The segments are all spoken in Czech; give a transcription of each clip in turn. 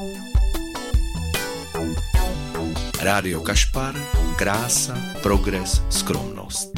Rádio Kašpar, krása, progres, skromnost.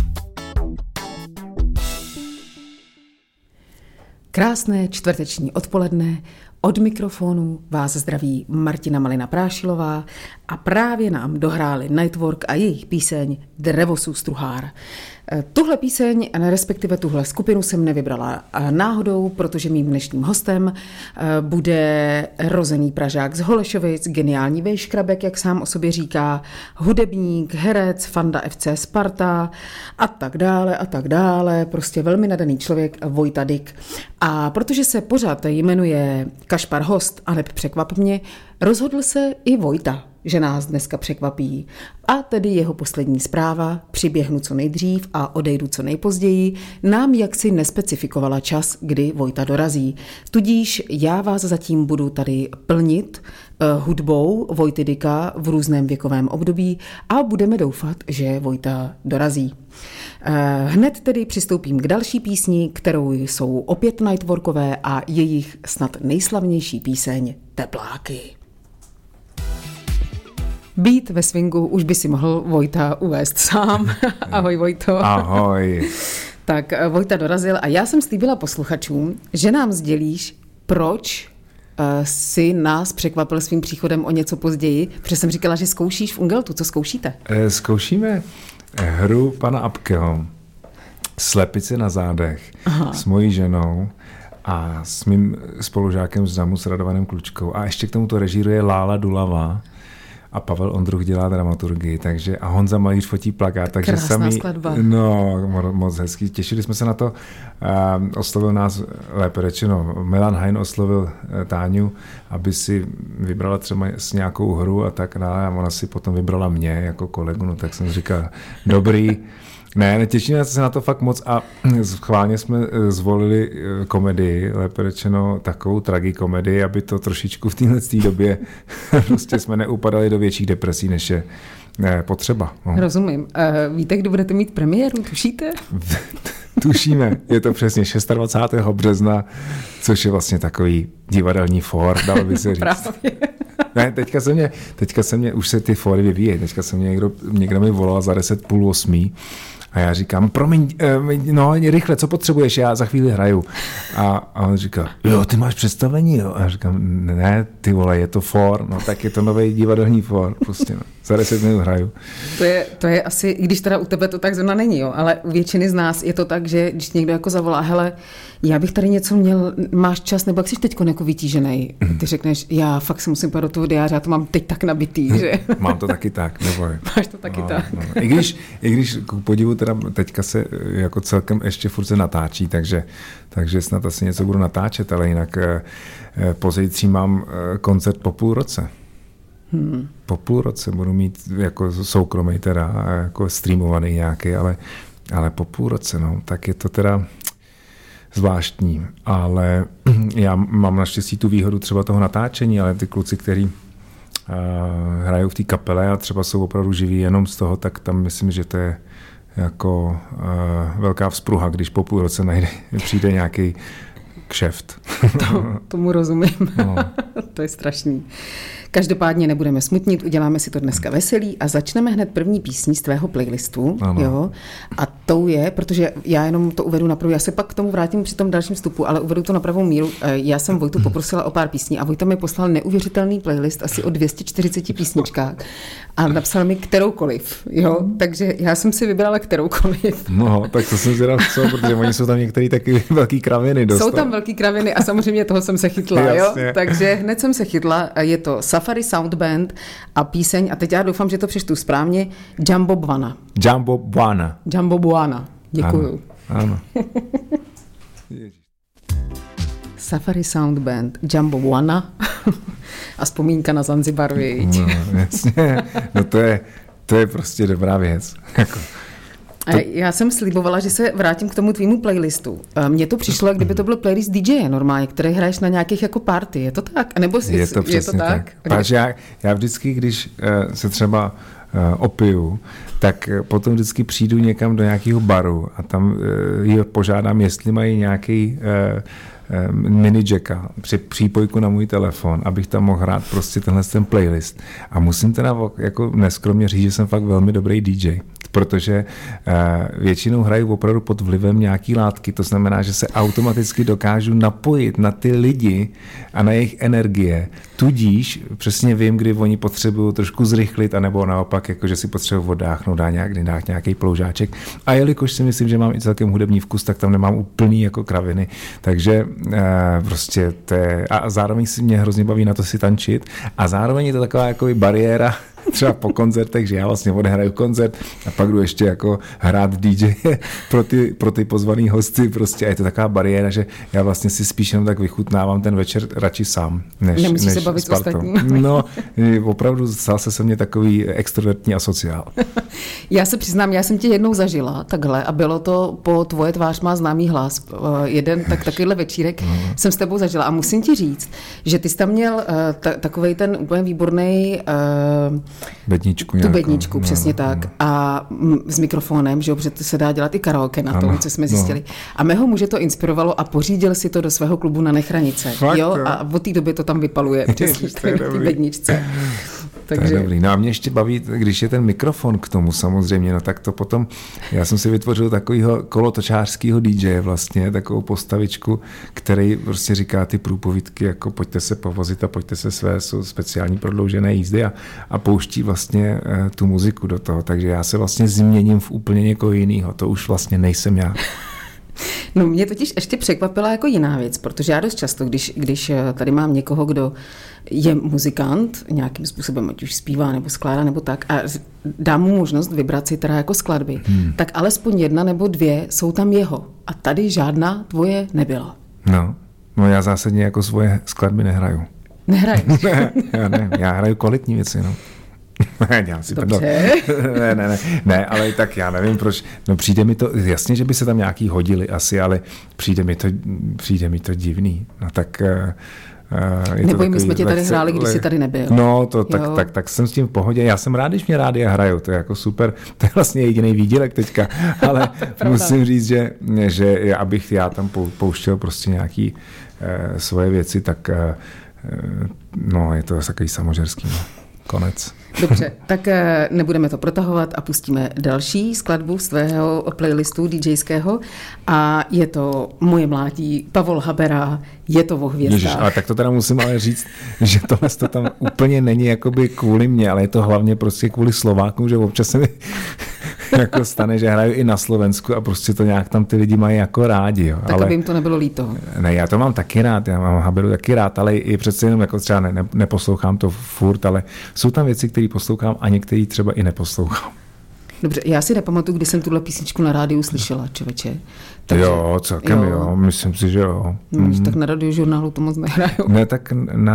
Krásné čtvrteční odpoledne, od mikrofonu vás zdraví Martina Malina Prášilová a právě nám dohráli Nightwork a jejich píseň Drevosů Struhár. Tuhle píseň, respektive tuhle skupinu jsem nevybrala náhodou, protože mým dnešním hostem bude rozený Pražák z Holešovic, geniální vejškrabek, jak sám o sobě říká, hudebník, herec, fanda FC Sparta a tak dále, prostě velmi nadaný člověk Vojta Dyk. A protože se pořád jmenuje Kašpar host a neb překvap mě, rozhodl se i Vojta, že nás dneska překvapí. A tedy jeho poslední zpráva, přiběhnu co nejdřív a odejdu co nejpozději, nám jaksi nespecifikovala čas, kdy Vojta dorazí. Tudíž já vás zatím budu tady plnit hudbou Vojty Dyka v různém věkovém období a budeme doufat, že Vojta dorazí. Hned tedy přistoupím k další písni, kterou jsou opět Nightworkové a jejich snad nejslavnější píseň Tepláky. Být ve swingu už by si mohl Vojta uvést sám. Ahoj Vojto. Ahoj. Tak Vojta dorazil a já jsem slíbila posluchačům, že nám sdělíš, proč si nás překvapil svým příchodem o něco později, protože jsem říkala, že zkoušíš v Ungeltu. Co zkoušíte? Zkoušíme hru pana Apkeho Slepice na zádech. Aha. S mojí ženou a s mým spolužákem z ZAMu s Radovanem Klučkou. A ještě k tomu to režíruje Lála Dulavá. A Pavel Ondruch dělá dramaturgii, takže a Honza Malíř fotí plakát, takže krásná sami, skladba. No, moc hezký, těšili jsme se na to, oslovil nás, lépe řečeno, Milan Hein oslovil Táňu, aby si vybrala třeba s nějakou hru a tak dále, a ona si potom vybrala mě jako kolegu, no tak jsem říkal, dobrý. Ne, těšíme se na to fakt moc a schválně jsme zvolili komedii, lépe řečeno takovou tragikomedii, aby to trošičku v téhle době prostě jsme neupadali do větších depresí, než je potřeba. No. Rozumím. Víte, kdy budete mít premiéru, tušíte? Tušíme, je to přesně 26. března, což je vlastně takový divadelní fór, dalo by se říct. Právě. Ne, teďka se mě, už se ty fóry vyvíjí, teďka se mě někdo mi volal za 7:30 a já říkám, promiň, no rychle, co potřebuješ, já za chvíli hraju. A on říká, jo, ty máš představení, jo. A já říkám, ne, ty vole, je to fór, no tak je to nový divadelní fór, prostě, no. Za 10 minut hraju. To je asi, i když teda u tebe to tak zrovna není, jo, ale u většiny z nás je to tak, že když někdo jako zavolá, hele, já bych tady něco měl, máš čas, nebo jak jsi teďko jako vytížený, ty řekneš, já fakt se musím pát do toho diáře, já to mám teď tak nabitý, že? Mám to taky tak, neboj. Máš to taky tak. No. I když k podivu teda teďka se jako celkem ještě furt se natáčí, takže snad asi něco budu natáčet, ale jinak pozítří mám koncert po půl roce. Po půl roce budu mít jako soukromý teda, jako streamovaný nějaký, ale po půl roce, no, tak je to teda zvláštní, ale já mám naštěstí tu výhodu třeba toho natáčení, ale ty kluci, kteří hrajou v té kapele a třeba jsou opravdu živí jenom z toho, tak tam myslím, že to je jako velká vzpruha, když po půl roce přijde nějaký kšeft. Tomu rozumím. No. To je strašný. Každopádně nebudeme smutnit, uděláme si to dneska veselý a začneme hned první písní z tvého playlistu. Jo? A tou je, protože já jenom to uvedu na pravou, já se pak k tomu vrátím při tom dalším vstupu, ale uvedu to na pravou míru. Já jsem Vojtu poprosila o pár písní a Vojta mi poslal neuvěřitelný playlist asi o 240 písničkách a napsal mi kteroukoliv. Jo? Takže já jsem si vybrala kteroukoliv. No, tak to jsem zvědav, protože oni jsou tam některý taky velký kraviny. Jsou tam velký kraviny a samozřejmě toho jsem se chytla. Jo? Takže hned jsem se chytla. Je to Safari Sound Band a píseň, a teď já doufám, že to přečtu správně, Jambo Bwana. Jambo Bwana. Děkuju. Ano. Safari Sound Band, Jambo Bwana a vzpomínka na Zanzibar, viď? No, jasně. No to je prostě dobrá věc. Já jsem slibovala, že se vrátím k tomu tvýmu playlistu. Mně to přišlo, jak kdyby to byl playlist DJ normálně, který hraješ na nějakých jako party. Je to tak? Nebo je to přesně tak? Takže já vždycky, když se třeba opiju, tak potom vždycky přijdu někam do nějakého baru a tam je požádám, jestli mají nějaký mini jacka, přípojku na můj telefon, abych tam mohl hrát prostě ten playlist. A musím teda jako neskromně říct, že jsem fakt velmi dobrý DJ, protože většinou hraju opravdu pod vlivem nějaký látky, to znamená, že se automaticky dokážu napojit na ty lidi a na jejich energie. Tudíž přesně vím, kdy oni potřebují trošku zrychlit, anebo naopak, jako že si potřebují oddáchnout, dát nějaký ploužáček. A jelikož si myslím, že mám i celkem hudební vkus, tak tam nemám úplný jako kraviny. Takže prostě a zároveň si mě hrozně baví na to si tančit a zároveň je to taková jako bariéra, třeba po koncertech, že já vlastně odehraju koncert a pak jdu ještě jako hrát DJ pro ty pozvaný hosty prostě a je to taková bariéra, že já vlastně si spíš jenom tak vychutnávám ten večer radši sám, než se bavit s partou. No, opravdu stal se mě takový extrovertní asociál. Já se přiznám, já jsem tě jednou zažila takhle a bylo to po Tvoje tvář má známý hlas. Jeden takovýhle večírek jsem s tebou zažila a musím ti říct, že ty jsi tam měl takovej ten úplně výborný bedničku. Tu bedničku, přesně tak. A s mikrofonem, že protože to se dá dělat i karaoke na tom, co jsme zjistili. A mého muže to inspirovalo a pořídil si to do svého klubu na Nechranice. Fakt, jo? A od té doby to tam vypaluje přesně v té bedničce. Takže... To je dobrý. No a mě ještě baví, když je ten mikrofon k tomu samozřejmě, no tak to potom, já jsem si vytvořil takovýho kolotočářskýho DJ vlastně, takovou postavičku, který prostě říká ty průpovídky, jako pojďte se povozit a pojďte se své, jsou speciální prodloužené jízdy a pouští vlastně tu muziku do toho, takže já se vlastně změním v úplně někoho jiného, to už vlastně nejsem já. No mě totiž ještě překvapila jako jiná věc, protože já dost často, když tady mám někoho, kdo je muzikant nějakým způsobem, ať už zpívá nebo skládá nebo tak a dám mu možnost vybrat si teda jako skladby, tak alespoň 1 nebo 2 jsou tam jeho a tady žádná tvoje nebyla. No já zásadně jako svoje skladby nehraju. Nehraješ? Já hraju kvalitní věci, no. Ne, ale tak já nevím, proč. No přijde mi to, jasně, že by se tam nějaký hodili asi, ale přijde mi to divný. No tak... Nebo my jsme tě tady hráli, když jsi tady nebyl. No, tak jsem s tím v pohodě. Já jsem rád, když mě rádi hrajou, to je jako super. To je vlastně jediný výdělek teďka, ale musím říct, že abych já tam pouštěl prostě nějaký svoje věci, tak no, je to takový samožerský. No. Konec. Dobře, tak nebudeme to protahovat a pustíme další skladbu z tvého playlistu DJského a je to Moje mládí, Pavol Habera, Je to o hvězdách. Ježiš, ale tak to teda musím ale říct, že tohle to tam úplně není jakoby kvůli mně, ale je to hlavně prostě kvůli Slovákům, že občas se mi jako stane, že hraju i na Slovensku a prostě to nějak tam ty lidi mají jako rádi. Jo. Tak aby jim to nebylo líto. Ne, já to mám taky rád, já mám Haberu taky rád, ale i přece jenom jako třeba neposlouchám to furt, ale jsou tam věci, které poslouchám a některé třeba i neposlouchám. Dobře, já si nepamatuju, kdy jsem tuhle písničku na rádiu slyšela, člověče. Takže, jo, celkem jo, myslím si, že jo. Tak na radiožurnálu to moc nehrajou. Ne, tak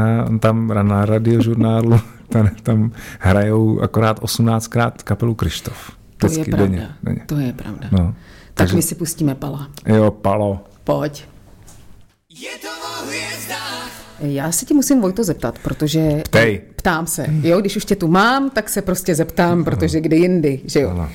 na radiožurnálu tam hrajou akorát 18krát kapelu Kryštof. To je pravda, to je pravda. No, tak my si pustíme Pala. Jo, Palo. Pojď. Je to o hvězdách. Já se ti musím, Vojto, zeptat, protože... Ptám se. Jo, když už tě tu mám, tak se prostě zeptám, protože kdy jindy, že jo.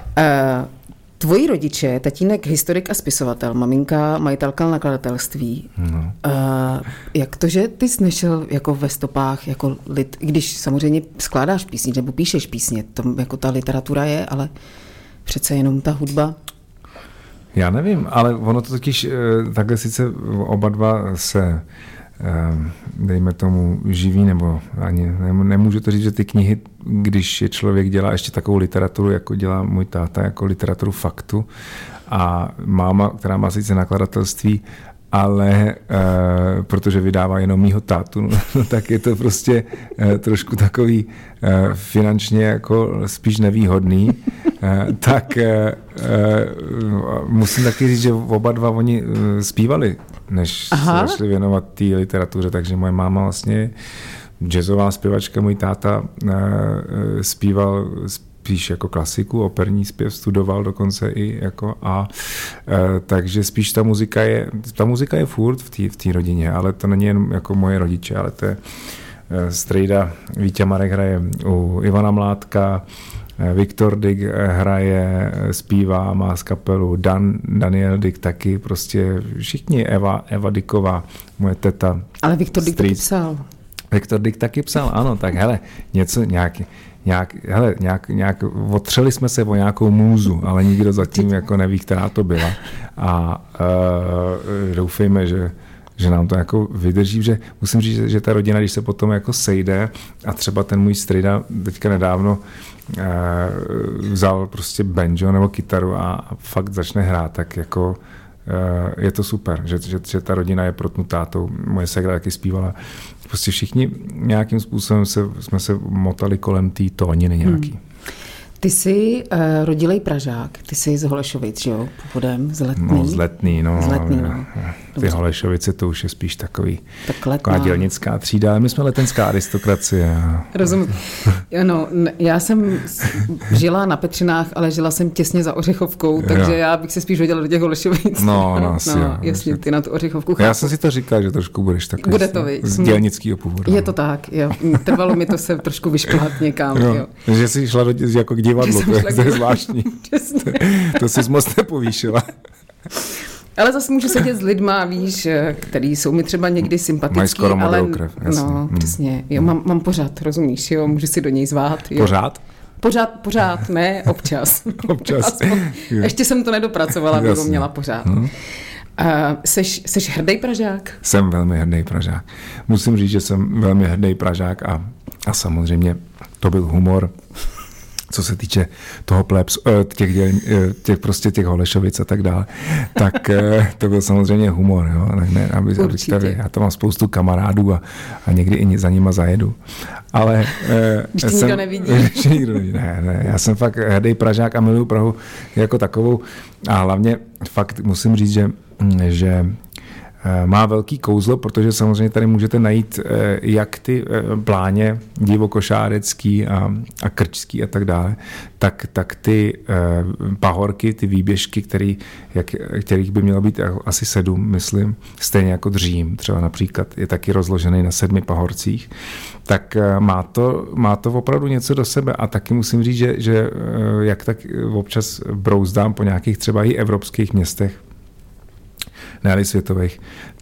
Tvoji rodiče, tatínek historik a spisovatel, maminka majitelka nakladatelství. No. Jak to, že ty jsi nešel jako ve stopách jako když samozřejmě skládáš písně nebo píšeš písně, to jako ta literatura je, ale přece jenom ta hudba. Já nevím, ale ono to totiž takhle sice oba dva se dejme tomu živí, nebo ani nemůžu to říct, že ty knihy, když je člověk dělá ještě takovou literaturu, jako dělá můj táta, jako literaturu faktu a máma, která má sice nakladatelství, ale protože vydává jenom mýho tátu, no, tak je to prostě trošku takový finančně jako spíš nevýhodný, tak musím taky říct, že oba dva oni zpívali, než se začali věnovat té literatuře, takže moje máma vlastně jazzová zpěvačka, můj táta zpíval spíš jako klasiku, operní zpěv, studoval dokonce i jako takže spíš ta muzika je furt v té rodině, ale to není jen jako moje rodiče, ale to je strejda Vítě Marek hraje u Ivana Mládka, Viktor Dyk hraje, zpívá, má z kapelu, Daniel Dyk taky, prostě všichni, Eva Dyková, moje teta. Ale Viktor Dyk taky psal. Viktor Dyk taky psal, ano, tak hele, něco nějak otřeli jsme se o nějakou můzu, ale nikdo zatím jako neví, která to byla. A doufejme, že nám to jako vydrží, že musím říct, že ta rodina, když se potom jako sejde a třeba ten můj strejda teďka nedávno vzal prostě banjo nebo kytaru a fakt začne hrát, tak jako je to super, že ta rodina je protnutá, to moje segra taky zpívala. Prostě všichni nějakým způsobem jsme se motali kolem té tóniny nějaký. Ty jsi rodilej Pražák, ty jsi z Holešovic, že jo, původem, z Letný. No, z Letný, no. Ty Holešovice, to už je spíš taková dělnická třída, ale my jsme letenská aristokracie. Rozumím. No, já jsem žila na Petřinách, ale žila jsem těsně za Ořechovkou, takže já bych se spíš hodila do těch Holešovic. No, jasně, ty na tu Ořechovku chápu. Já jsem si to říkal, že trošku budeš takový Bude to, z dělnického původu. Je to tak, jo. Trvalo mi to se trošku vyšplhat někam, jo. Že jsi šla jako k divadlu, to je zvláštní. To jsi moc nepovýšila. Ale zase můžu sedět s lidma, víš, který jsou mi třeba někdy sympatický. Mají skoro modrou krev, jasně. No, přesně. Jo, mám pořád, rozumíš, jo, můžu si do něj zvát. Jo. Pořád? Ne, občas. Občas. Ještě jsem to nedopracovala, aby ho měla pořád. Seš hrdý Pražák? Jsem velmi hrdý Pražák. Musím říct, že jsem velmi hrdý Pražák a samozřejmě to byl humor. Co se týče toho plebs, těch Holešovic a tak dále, tak to byl samozřejmě humor, jo. Ne, já tam mám spoustu kamarádů a někdy i za nima zajedu. Ale když nikdo nevidí. Ne, já jsem fakt hrdý Pražák a miluju Prahu jako takovou a hlavně fakt musím říct, že má velký kouzlo, protože samozřejmě tady můžete najít jak ty pláně divokošárecký a krčský a tak dále, tak ty pahorky, ty výběžky, kterých by mělo být asi 7, myslím, stejně jako Dřím, třeba například je taky rozložený na 7 pahorcích, tak má to opravdu něco do sebe a taky musím říct, že jak tak občas brouzdám po nějakých třeba i evropských městech, ne světových,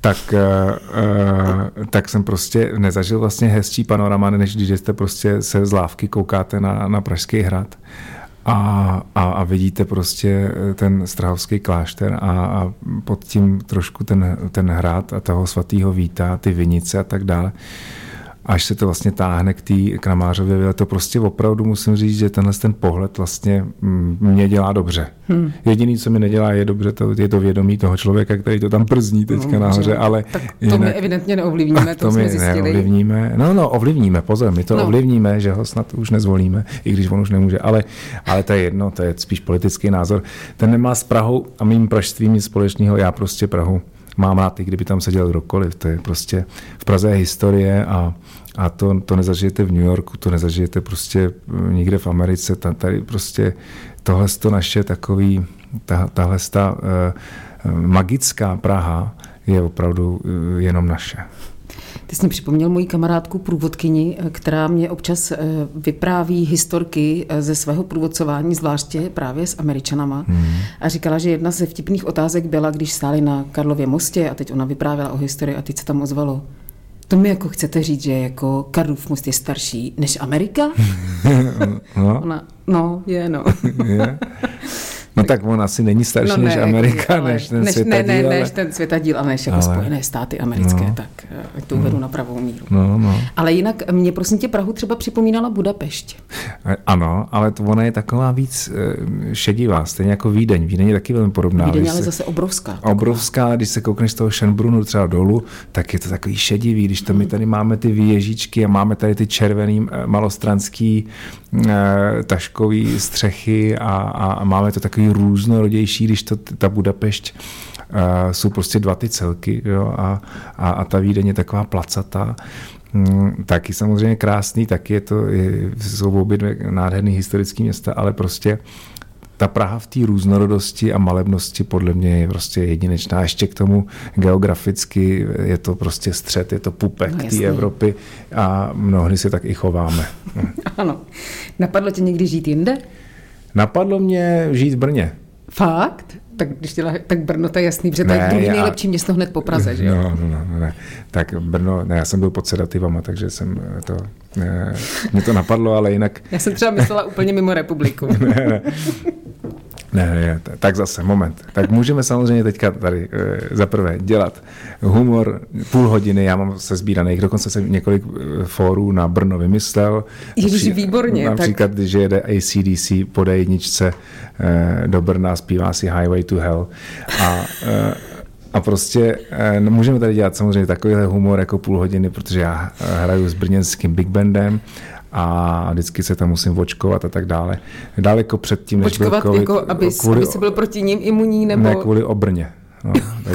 tak jsem prostě nezažil vlastně hezčí panorama, než když jste prostě se z lávky koukáte na Pražský hrad a vidíte prostě ten Strahovský klášter a pod tím trošku ten hrad a toho svatého Víta, ty vinice a tak dále. Až se to vlastně táhne k Kramářově vile, to prostě opravdu musím říct, že ten pohled vlastně mě dělá dobře. Jediný, co mi nedělá, je dobře, je to vědomí toho člověka, který to tam przní teďka nahoře, ale... Tak to my evidentně neovlivníme, to jsme zjistili. Neovlivníme. No, ovlivníme, pozor, my to ovlivníme, že ho snad už nezvolíme, i když on už nemůže, ale to je jedno, to je spíš politický názor. Ten nemá s Prahou a mým pražstvím nic společného, já prostě Prahu mám rád, i kdyby tam seděl kdokoliv. To je prostě v Praze je historie a to nezažijete v New Yorku, to nezažijete prostě nikde v Americe. Tady prostě tohle naše takový, tahle magická Praha je opravdu jenom naše. Ty jsi mi připomněl moji kamarádku průvodkyni, která mě občas vypráví historky ze svého průvodcování, zvláště právě s Američanama. A říkala, že jedna ze vtipných otázek byla, když stáli na Karlově mostě a teď ona vyprávěla o historii a teď se tam ozvalo: to mi jako chcete říct, že jako Karlův most je starší než Amerika? No. Je. No tak on asi není starší než Amerika, než ten světadíl. Než ten světadíl, ale než jako Spojené státy americké, tak to uvedu na pravou míru. No. Ale jinak mě prosím tě Prahu třeba připomínala Budapešť. Ano, ale ona je taková víc šedivá, stejně jako Vídeň. Vídeň je taky velmi podobná. Vídeň ale zase obrovská. Obrovská, když se koukneš z toho Schönbrunnu třeba dolů, tak je to takový šedivý, když my tady máme ty věžičky a máme tady ty červený malostranský taškový střechy a máme to takový různorodější, když ta Budapešť jsou prostě 2 ty celky, jo, a ta Vídeň je taková placatá. Taky samozřejmě krásný, taky jsou obě nádherný historický města, ale prostě ta Praha v té různorodosti a malebnosti podle mě je prostě jedinečná. Ještě k tomu geograficky je to prostě střed, je to pupek té Evropy a mnohdy se tak i chováme. Ano. Napadlo tě někdy žít jinde? Napadlo mě žít v Brně. Fakt? Tak Brno, to je jasný, protože to je druhý nejlepší město hned po Praze, že jo? No. Tak Brno, já jsem byl pod sedativama, takže mě to napadlo, ale jinak... Já jsem třeba myslela úplně mimo republiku. Ne, tak zase, moment. Tak můžeme samozřejmě teďka tady zaprvé dělat humor půl hodiny, já mám se sbíraných, dokonce jsem několik fórů na Brno vymyslel. Ježiš, výborně. Například, když jede AC/DC po D1 do Brna, zpívá si Highway to Hell a prostě můžeme tady dělat samozřejmě takovýhle humor jako půl hodiny, protože já hraju s brněnským big bandem a vždycky se tam musím očkovat a tak dále. Daleko předtím, než byl covid. Jako, aby si byl proti ním imunní, nebo... Ne, kvůli Obrně. No,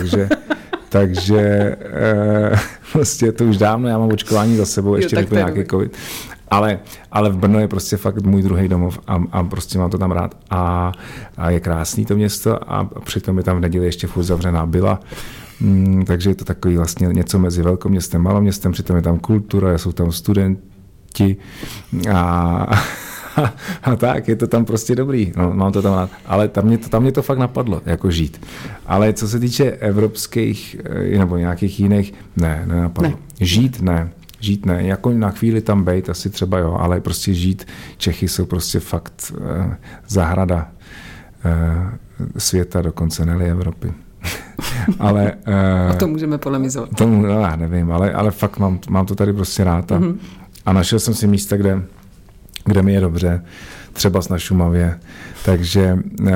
takže prostě to už dávno, já mám očkování za sebou, ještě nebyl nějaký covid. Ale v Brno je prostě fakt můj druhý domov a prostě mám to tam rád. A je krásný to město a přitom je tam v neděli ještě furt zavřená byla. Takže je to takový vlastně něco mezi velkoměstem, maloměstem, přitom je tam kultura, jsou tam studenti a tak, je to tam prostě dobrý, no, mám to tam rád, ale tam mě to fakt napadlo, jako žít. Ale co se týče evropských nebo nějakých jiných, nenapadlo. Ne. Žít ne, jako na chvíli tam bejt, asi třeba jo, ale prostě žít, Čechy jsou prostě fakt zahrada světa, dokonce ne Evropy. Ale, o tom můžeme polemizovat. Já nevím, ale fakt mám to tady prostě rád a našel jsem si místa, kde mi je dobře, třeba na Šumavě, takže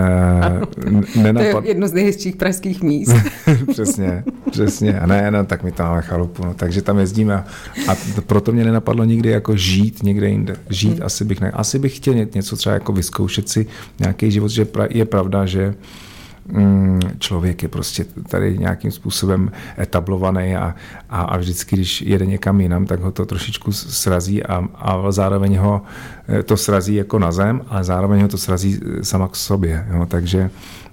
to je jedno z nejhezčích pražských míst. Přesně. A tak my tam máme chalupu, no, takže tam jezdíme a proto mě nenapadlo nikdy jako žít někde jinde. Žít asi bych chtěl něco třeba jako vyzkoušet si nějaký život, že je pravda, že člověk je prostě tady nějakým způsobem etablovaný a vždycky, když jede někam jinam, tak ho to trošičku srazí a zároveň ho to srazí jako na zem, ale zároveň ho to srazí sama k sobě. Jo? Takže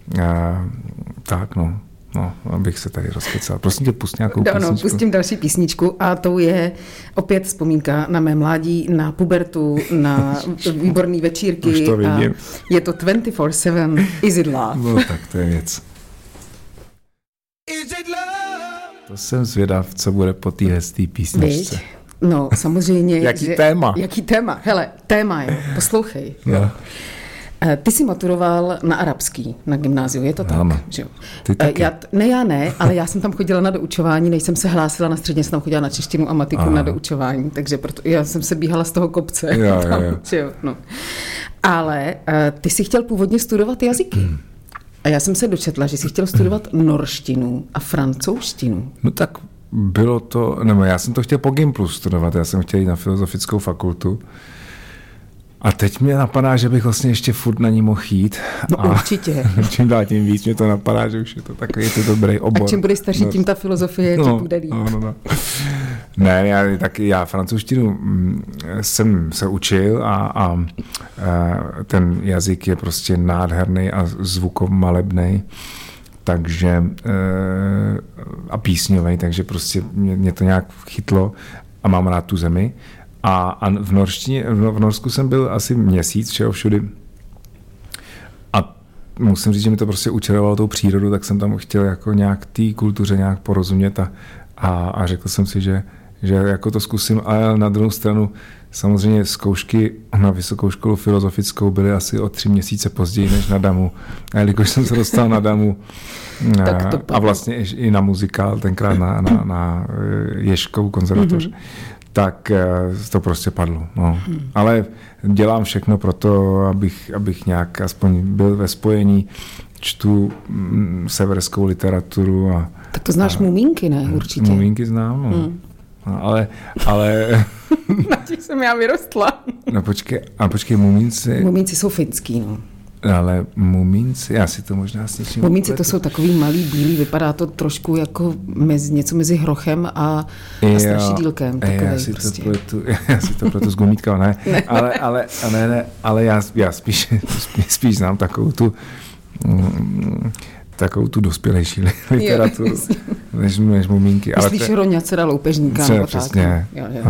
tak abych se tady rozkecal. Prosím tě, pust nějakou písničku. Pustím další písničku a to je opět vzpomínka na mé mládí, na pubertu, na výborný večírky. Už to vidím. Je to 24/7 Is It Love. No tak to je věc. Is it love? To jsem zvědav, co bude po té hezké písničce. No, samozřejmě. Jaký téma? Hele, téma je, poslouchej. No. Ty jsi maturoval na arabský, na gymnáziu, je to tak? Ano. Že jo? Ty taky. Já ne, ale já jsem tam chodila na doučování, než jsem se hlásila na středně, jsem tam chodila na češtinu a matiku na doučování, takže proto já jsem se bíhala z toho kopce. Jo. Že jo, no. Ale ty jsi chtěl původně studovat jazyky. A já jsem se dočetla, že jsi chtěl studovat norštinu a francouzštinu. No tak bylo to, nebo já jsem to chtěl po Gimplu studovat, já jsem chtěl jít na filozofickou fakultu. A teď mě napadá, že bych vlastně ještě furt na ní mohl jít. No určitě. Čím dál tím víc mě to napadá, že už je to takový dobrý obor. A čím budeš starší, tím ta filozofie ti bude líp. No. Ne, já francouzštinu jsem se učil a ten jazyk je prostě nádherný a zvukomalebný, takže a písňový, takže prostě mě to nějak chytlo a mám rád tu zemi. A v Norsku jsem byl asi měsíc, všudy. A musím říct, že mi to prostě učarovalo tou přírodu, tak jsem tam chtěl jako nějak té kultuře nějak porozumět a řekl jsem si, že jako to zkusím. A na druhou stranu samozřejmě zkoušky na vysokou školu filozofickou byly asi o 3 měsíce později než na DAMu. A jelikož jsem se dostal na DAMu a vlastně i na muzikál, tenkrát na Ježkovou konzervatoř, tak to prostě padlo. No. Ale dělám všechno pro to, abych nějak aspoň byl ve spojení, čtu severskou literaturu. Tak to znáš Mumínky, ne? Určitě. Mumínky znám, no. Ale na těch jsem já vyrostla. No počkej, Mumínci... Mumínci jsou finský, no. Ale mumínci, já si to možná s něčím... Mumínci to jsou takový malý, bílý, vypadá to trošku jako něco mezi hrochem a strašidílkem. Já si to pletu s gumítkama, ne. Ale já spíš znám takovou tu dospělejší literaturu, než mumínky. Myslíš Roňacera loupežníka? Přesně.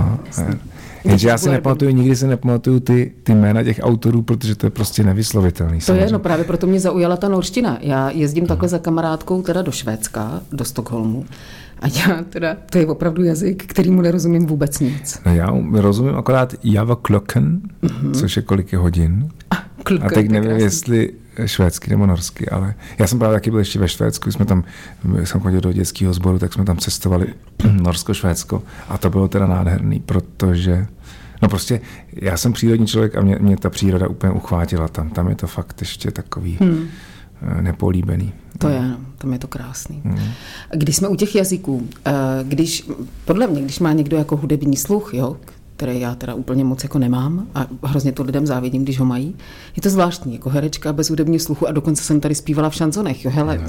Jenže já nikdy se nepamatuju ty jména těch autorů, protože to je prostě nevyslovitelný. To je, právě proto mě zaujala ta norština. Já jezdím takhle za kamarádkou teda do Švédska, do Stockholmu. A to je opravdu jazyk, kterýmu nerozumím vůbec nic. No já rozumím akorát Java Klokken, což je kolik je hodin. A teď nevím, jestli švédsky nebo norsky, ale já jsem právě taky byl ještě ve Švédsku, jsem chodil do dětského sboru, tak jsme tam cestovali Norsko-Švédsko a to bylo teda nádherný, protože prostě já jsem přírodní člověk a mě ta příroda úplně uchvátila tam je to fakt ještě takový nepolíbený. To je, tam je to krásný. Když jsme u těch jazyků, podle mě, když má někdo jako hudební sluch, jo, které já teda úplně moc jako nemám a hrozně to lidem závidím, když ho mají. Je to zvláštní, jako herečka bez hudebního sluchu a dokonce jsem tady zpívala v šanzonech. Jo, hele,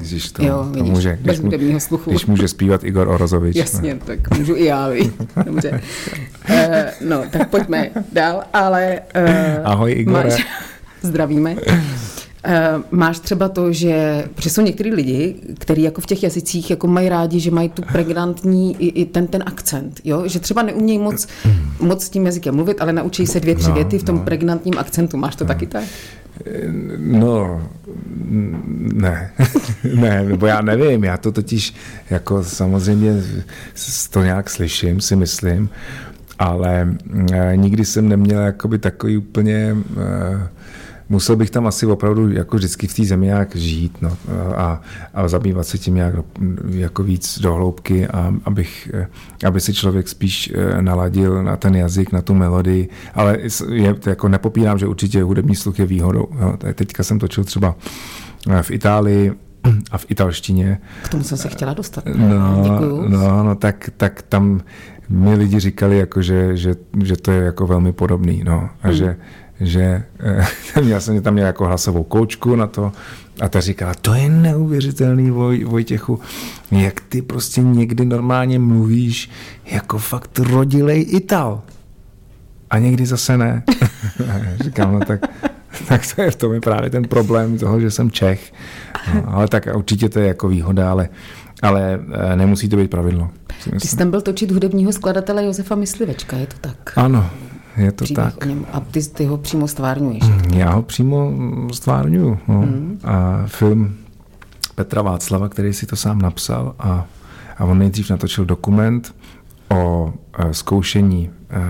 bez hudebního sluchu. Když může zpívat Igor Orozovič. Jasně, tak můžu i já, dobře. Tak pojďme dál, ale... Ahoj Igore. Zdravíme. Máš třeba to, že jsou některý lidi, kteří jako v těch jazycích jako mají rádi, že mají tu pregnantní i ten akcent, jo? Že třeba neumějí moc s tím jazykem mluvit, ale naučí se 2-3 věty v tom pregnantním akcentu. Máš to taky tak? No, ne, nebo já nevím, já to totiž jako samozřejmě to nějak slyším, si myslím, ale nikdy jsem neměl jakoby takový úplně... Musel bych tam asi opravdu jako vždycky v té zemi nějak žít a zabývat se tím nějak jako víc do hloubky, aby si člověk spíš naladil na ten jazyk, na tu melodii, ale jako nepopírám, že určitě hudební sluch je výhodou. Jo. Teďka jsem točil třeba v Itálii a v italštině. K tomu jsem se chtěla dostat. Děkuju. Tak tam mi lidi říkali, jako, že to je jako velmi podobný. A že já jsem tam měl jako hlasovou koučku na to a ta říkala, to je neuvěřitelný, Vojtěchu, jak ty prostě někdy normálně mluvíš jako fakt rodilej Ital. A někdy zase ne. Říkám, tak to je v tom je právě ten problém toho, že jsem Čech. Ale tak určitě to je jako výhoda, ale nemusí to být pravidlo. Ty jsi tam byl točit hudebního skladatele Josefa Myslivečka, je to tak? Ano. Je to tak. A ty ho přímo stvárňuješ? Já ho přímo stvárňuju. A film Petra Václava, který si to sám napsal a on nejdřív natočil dokument o zkoušení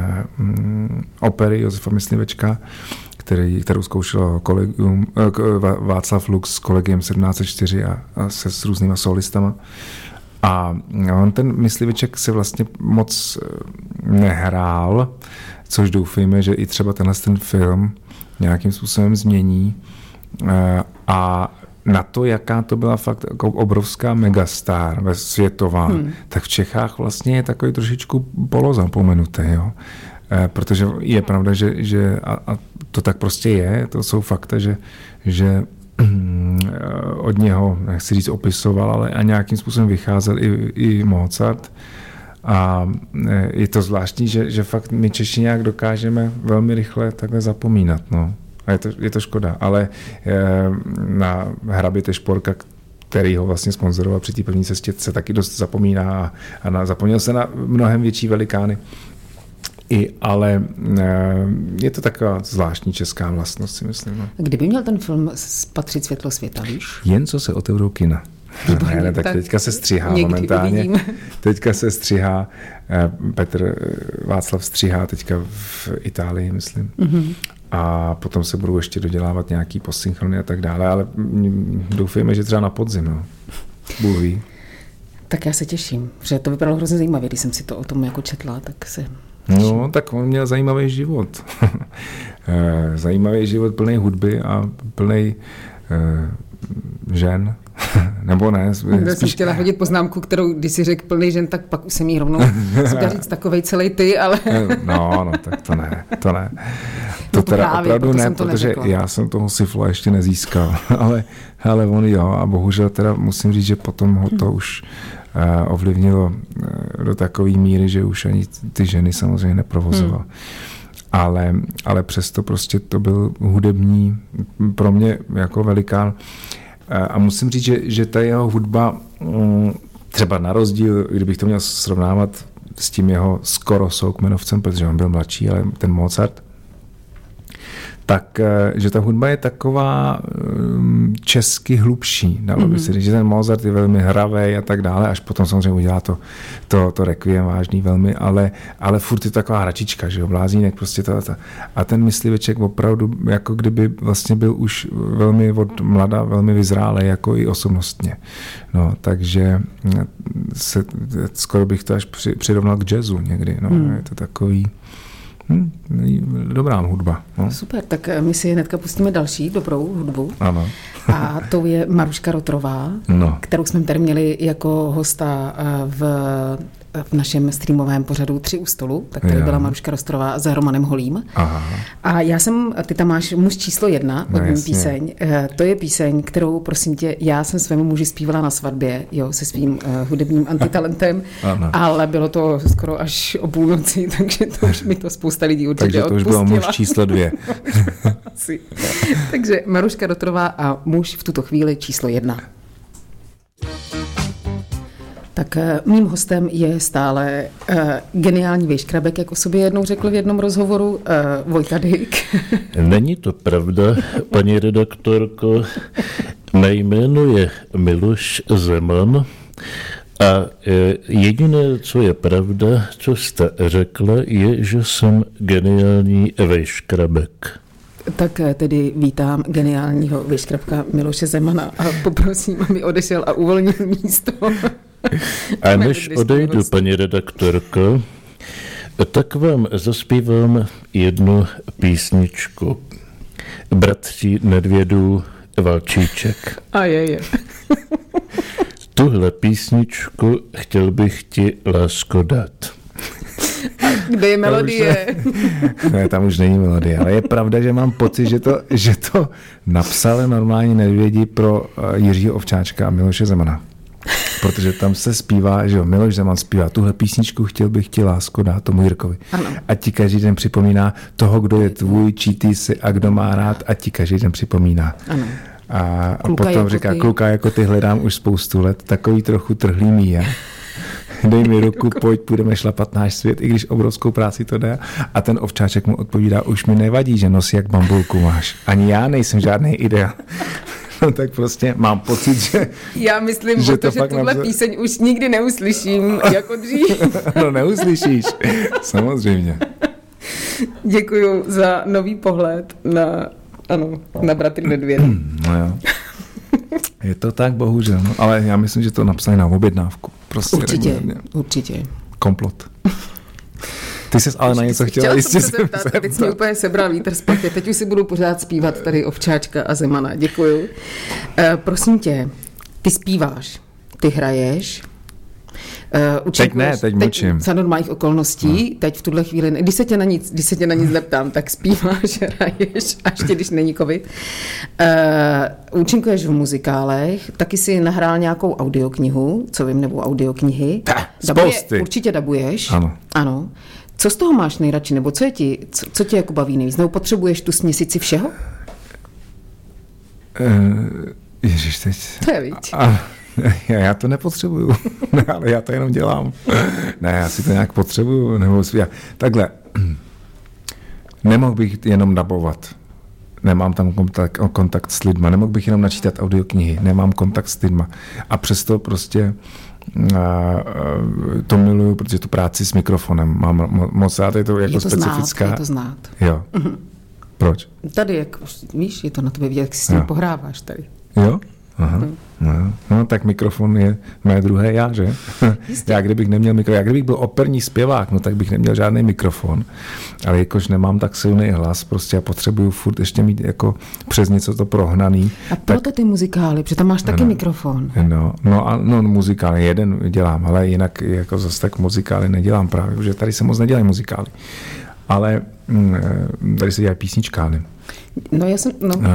opery Josefa Myslivečka, kterou zkoušelo Václav Lux s kolegiem 1704 a se s různýma solistama. A on ten Mysliveček se vlastně moc nehrál, což doufejme, že i třeba ten film nějakým způsobem změní. A na to, jaká to byla fakt jako obrovská megastar světová, tak v Čechách vlastně je takový trošičku polozapomenutý, jo. Protože je pravda, že a to tak prostě je, to jsou fakta, že od něho, nechci říct opisoval, ale a nějakým způsobem vycházel i Mozart. A je to zvláštní, že fakt my Češi nějak dokážeme velmi rychle takhle zapomínat. No. A je to škoda. Ale na Hraběte Šporka, který ho vlastně sponzoroval při té první cestě, se taky dost zapomíná a zapomněl se na mnohem větší velikány. Ale je to taková zvláštní česká vlastnost, si myslím. No. Kdyby měl ten film spatřit světlo světa, víš? Jen co se otevřou kina. Ne, tak teďka se stříhá momentálně. Uvidíme. Teďka se stříhá, Václav stříhá teďka v Itálii, myslím. Mm-hmm. A potom se budou ještě dodělávat nějaký postsynchrony a tak dále, ale doufejme, že třeba na podzim. No. Bůh ví. Tak já se těším, že to vypadalo hrozně zajímavě, když jsem si to o tom jako četla, tak se těším. No, tak on měl zajímavý život. Zajímavý život plný hudby a plný žen. Nebo ne. Jsem chtěla hodit poznámku, kterou když si řekl plný žen, tak pak už jsem jí rovnou chtěla říct takovej celý ty, ale... No, tak to ne. To teda právě, opravdu ne, protože neřekla. Já jsem toho syfla ještě nezískal, ale on jo, a bohužel teda musím říct, že potom ho to už ovlivnilo do takové míry, že už ani ty ženy samozřejmě neprovozoval. Ale přesto prostě to byl hudební pro mě jako velikán. A musím říct, že ta jeho hudba, třeba na rozdíl, kdybych to měl srovnávat s tím jeho skoro soukmenovcem, protože on byl mladší, ale ten Mozart, tak, že ta hudba je taková česky hlubší, dalo by se říct, že ten Mozart je velmi hravej a tak dále, až potom samozřejmě udělá to requiem vážný velmi, ale furt je taková hračička, že jo, Blázínek, prostě to. A ten Mysliveček opravdu, jako kdyby vlastně byl už velmi od mlada, velmi vyzrálej, jako i osobnostně. No, takže skoro bych to až přirovnal k jazzu někdy, no, je to takový dobrá hudba. No. Super, tak my si hnedka pustíme další dobrou hudbu. Ano. A to je Maruška Rotrová, kterou jsme tady měli jako hosta v našem streamovém pořadu 3 u stolu, tak tady byla Maruška Rotrová s Romanem Holým. Aha. A ty tam máš muž číslo 1 od mým píseň. To je píseň, kterou, prosím tě, já jsem svému muži zpívala na svatbě, jo, se svým hudebním antitalentem, ale bylo to skoro až o půlnoci, takže to už mi to spousta lidí určitě takže to už bylo muž číslo 2. Takže Maruška Rotrová a muž v tuto chvíli číslo 1. Tak mým hostem je stále geniální Vejškrabek, jak o sobě jednou řekl v jednom rozhovoru, Vojta Dyk. Není to pravda, paní redaktorko. Mé jméno je Miloš Zeman a jediné, co je pravda, co jste řekla, je, že jsem geniální Vejškrabek. Tak tedy vítám geniálního Vejškrabka Miloše Zemana a poprosím, aby odešel a uvolnil místo. A než odejdu, paní redaktorko, tak vám zaspívám jednu písničku. Bratří Nedvědů Valčíček. A je. Tuhle písničku chtěl bych ti, lásko, dát. Kde je melodie? Ne, tam už není melodie, ale je pravda, že mám pocit, že to napsali normální Nedvědi pro Jiřího Ovčáčka a Miloše Zemana. Protože tam se zpívá, že jo, Miloš Zeman zpívá tuhle písničku, chtěl bych ti, lásko, dát tomu Jirkovi. Ano. A ti každý den připomíná toho, kdo je tvůj, čí ty jsi a kdo má rád, a ti každý den připomíná. Ano. A potom jako říká, kluka jako ty hledám už spoustu let, takový trochu trhlý míje. Dej mi ruku, pojď, půjdeme šlapat náš svět, i když obrovskou práci to dá. A ten Ovčáček mu odpovídá, už mi nevadí, že nosí jak bambulku máš. Ani já nejsem žádný ideál. No tak prostě mám pocit, že... Já myslím, že tuhle píseň už nikdy neuslyším, jako dřív. No neuslyšíš, samozřejmě. Děkuju za nový pohled na Bratry Nedvědy. No jo. Je to tak, bohužel, no, ale já myslím, že to napsali na objednávku. Prostě určitě. Komplot. Ty jsi ale na něco chtěla jistě se zeptat. Teď jsi úplně sebral vítr z plachy. Teď už si budu pořád zpívat tady Ovčáčka a Zemana. Děkuju. Prosím tě, ty zpíváš, ty hraješ. Teď mlčím. Za normálních okolností, teď v tuhle chvíli, když se tě na nic neptám, tak zpíváš, hraješ, a ještě když není covid. Účinkuješ v muzikálech, taky si nahrál nějakou audioknihu, co vím, nebo audioknihy. Spousty. Určitě dabuješ. Ano. Co z toho máš nejradši, nebo co tě jako baví nejvíc? Nebo potřebuješ tu směsici všeho? Ježiš, teď... To je víc. Já to nepotřebuju, ale já to jenom dělám. Ne, já si to nějak potřebuju. Takhle, nemohl bych jenom dabovat. Nemám tam kontakt s lidma. Nemohl bych jenom načítat audioknihy. Nemám kontakt s lidma. A přesto prostě to miluju, protože tu práci s mikrofonem mám moc rád, je to jako specifická. Je to znát. Jo. Proč? Tady, jak víš, je to na tobě vidět, jak si s ním pohráváš tady. Jo? Aha. No, tak mikrofon je moje druhé já, že? Já kdybych neměl mikrofon, já kdybych byl operní zpěvák, no tak bych neměl žádný mikrofon, ale jakož nemám tak silný hlas, prostě já potřebuju furt ještě mít jako přes něco to prohnaný. A proto ty muzikály, protože tam máš taky mikrofon. No, muzikály jeden dělám, ale jinak jako zase tak muzikály nedělám právě, protože tady se moc nedělají muzikály. Ale tady se dělají písničkály. No, já jsem,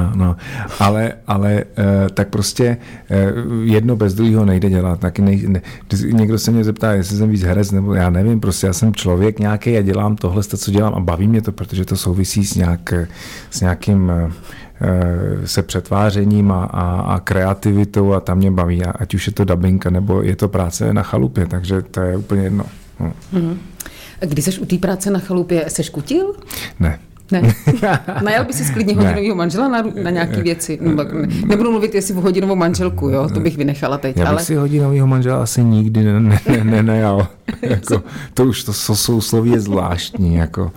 ale tak prostě jedno bez druhého nejde dělat. Taky někdo se mě zeptá, jestli jsem víc herec, nebo já nevím, prostě já jsem člověk nějaký a dělám tohle, co dělám a baví mě to, protože to souvisí s nějakým se přetvářením a kreativitou a tam mě baví, ať už je to dabing, nebo je to práce na chalupě, takže to je úplně jedno. No. Když jsi u té práce na chalupě, seš kutil? Ne. Najal by si sklidně hodinovýho manžela na nějaké věci? Nebudu mluvit, jestli v hodinovou manželku, jo? To bych vynechala teď. Já bych si hodinovýho manžela asi nikdy nenajal. Jako, to už to sousloví je zvláštní, jako,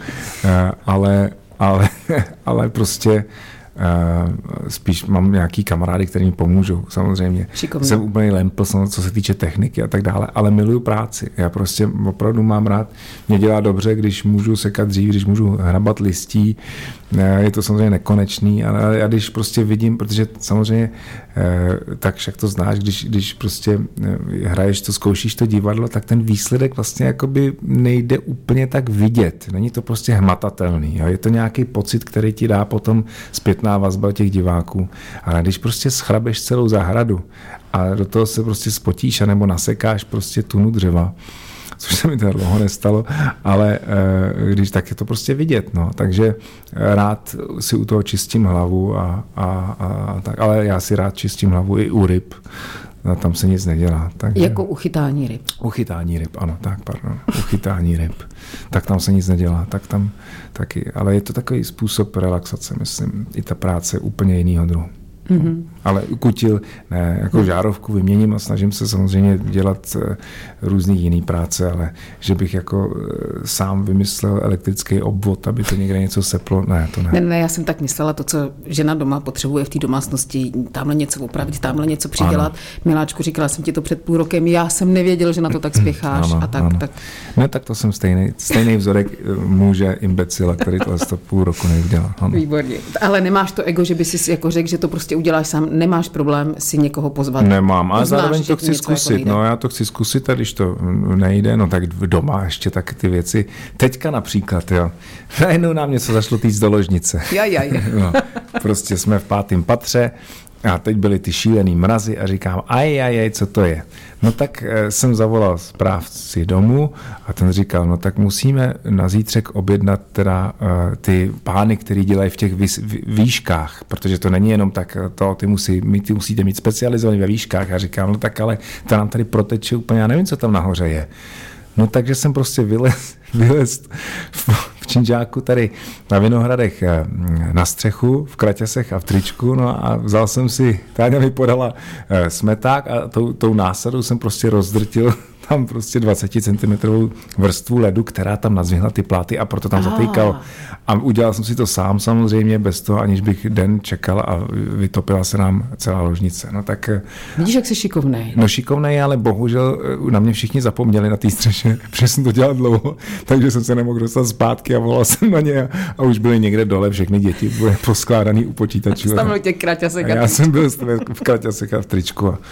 ale prostě spíš mám nějaký kamarády, který mi pomůžou, samozřejmě. Šikovný. Jsem úplně lempl, co se týče techniky a tak dále, ale miluju práci. Já prostě opravdu mám rád, mě dělá dobře, když můžu sekat dřív, když můžu hrabat listí, je to samozřejmě nekonečný, ale já když prostě vidím, protože samozřejmě tak však to znáš, když prostě hraješ to, zkoušíš to divadlo, tak ten výsledek vlastně jakoby nejde úplně tak vidět. Není to prostě hmatatelný. Jo? Je to nějaký pocit, který ti dá potom zpětná vazba těch diváků. Ale když prostě schrabeš celou zahradu a do toho se prostě spotíš anebo nasekáš prostě tunu dřeva, což se mi teda dlouho nestalo, ale když tak je to prostě vidět, no. Takže rád si u toho čistím hlavu a tak, ale já si rád čistím hlavu i u ryb. A tam se nic nedělá. Takže... Jako uchytání ryb. Uchytání ryb, ano, uchytání ryb. Tak tam se nic nedělá, tak tam taky. Ale je to takový způsob relaxace, myslím. I ta práce je úplně jinýho druhu. Mm-hmm. Ale kutil, ne, jako žárovku vyměním a snažím se samozřejmě dělat různý jiný práce, ale že bych jako sám vymyslel elektrický obvod, aby to někde něco seplo, ne, to ne. Ne, já jsem tak myslela, to, co žena doma potřebuje v té domácnosti, tamhle něco opravit, tamhle něco přidělat. Ano. Miláčku, říkala jsem ti to před půl rokem, já jsem nevěděl, že na to tak spěcháš. Ano, a tak, ano. tak. Ne, tak to jsem stejný vzorek muže imbecila, který to půl roku neudělal. Ano. Výborně. Ale nemáš to ego, že by si jako řekl, že to prostě uděláš sám, nemáš problém si někoho pozvat. Nemám, ale zároveň to chci zkusit. Jako já to chci zkusit a když to nejde, no tak doma ještě tak ty věci. Teďka například, jo. Najednou nám něco zašlo týct do ložnice. Jaj. No, prostě jsme v 5. patře a teď byly ty šílený mrazy a říkám, aj, co to je? No tak jsem zavolal správci domu a ten říkal, no tak musíme na zítřek objednat teda ty pány, který dělají v těch výškách, protože to není jenom tak, ty musíte mít specializovaný ve výškách. A říkám, no tak ale to nám tady proteče úplně, já nevím, co tam nahoře je. No takže jsem prostě vylez v činžáku tady na Vinohradech na střechu, v kraťasech a v tričku, no a vzal jsem si, Táňa mi podala smeták a tou násadou jsem prostě rozdrtil tam prostě 20 cm vrstvu ledu, která tam nazvihla ty pláty a proto tam zatýkal. A udělal jsem si to sám samozřejmě, bez toho, aniž bych den čekal a vytopila se nám celá ložnice. No tak... Vidíš, jak jsi šikovnej. No šikovnej, ale bohužel na mě všichni zapomněli na té střeše, protože jsem to dělal dlouho, takže jsem se nemohl dostat zpátky a volal jsem na ně a už byly někde dole, všechny děti byly poskládaný u počítačů. Tam byl těch kraťasek a já jsem byl v kraťasek a v tričku a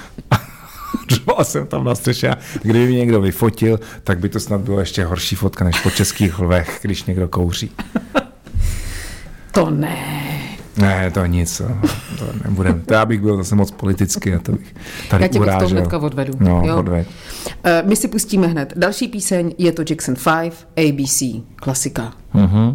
řval jsem tam na střeše a kdyby mě někdo vyfotil, tak by to snad bylo ještě horší fotka než po českých lvech, když někdo kouří. To ne. Ne, to nic. To nebudem. To já bych byl zase moc politický a to bych tady urážel. Já tě v tom hnedka odvedu. No, odved. My si pustíme hned další píseň, je to Jackson 5, ABC, klasika. Mhm.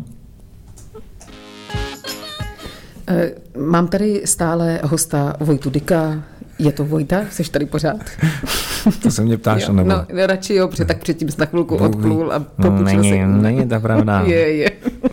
Mám tady stále hosta Vojtu Dyka. Je to Vojta? Jseš tady pořád? To se mě ptáš, nebo? No, radši jo, protože tak předtím jsi na chvilku odplul a popučil se. Není to pravda. Je.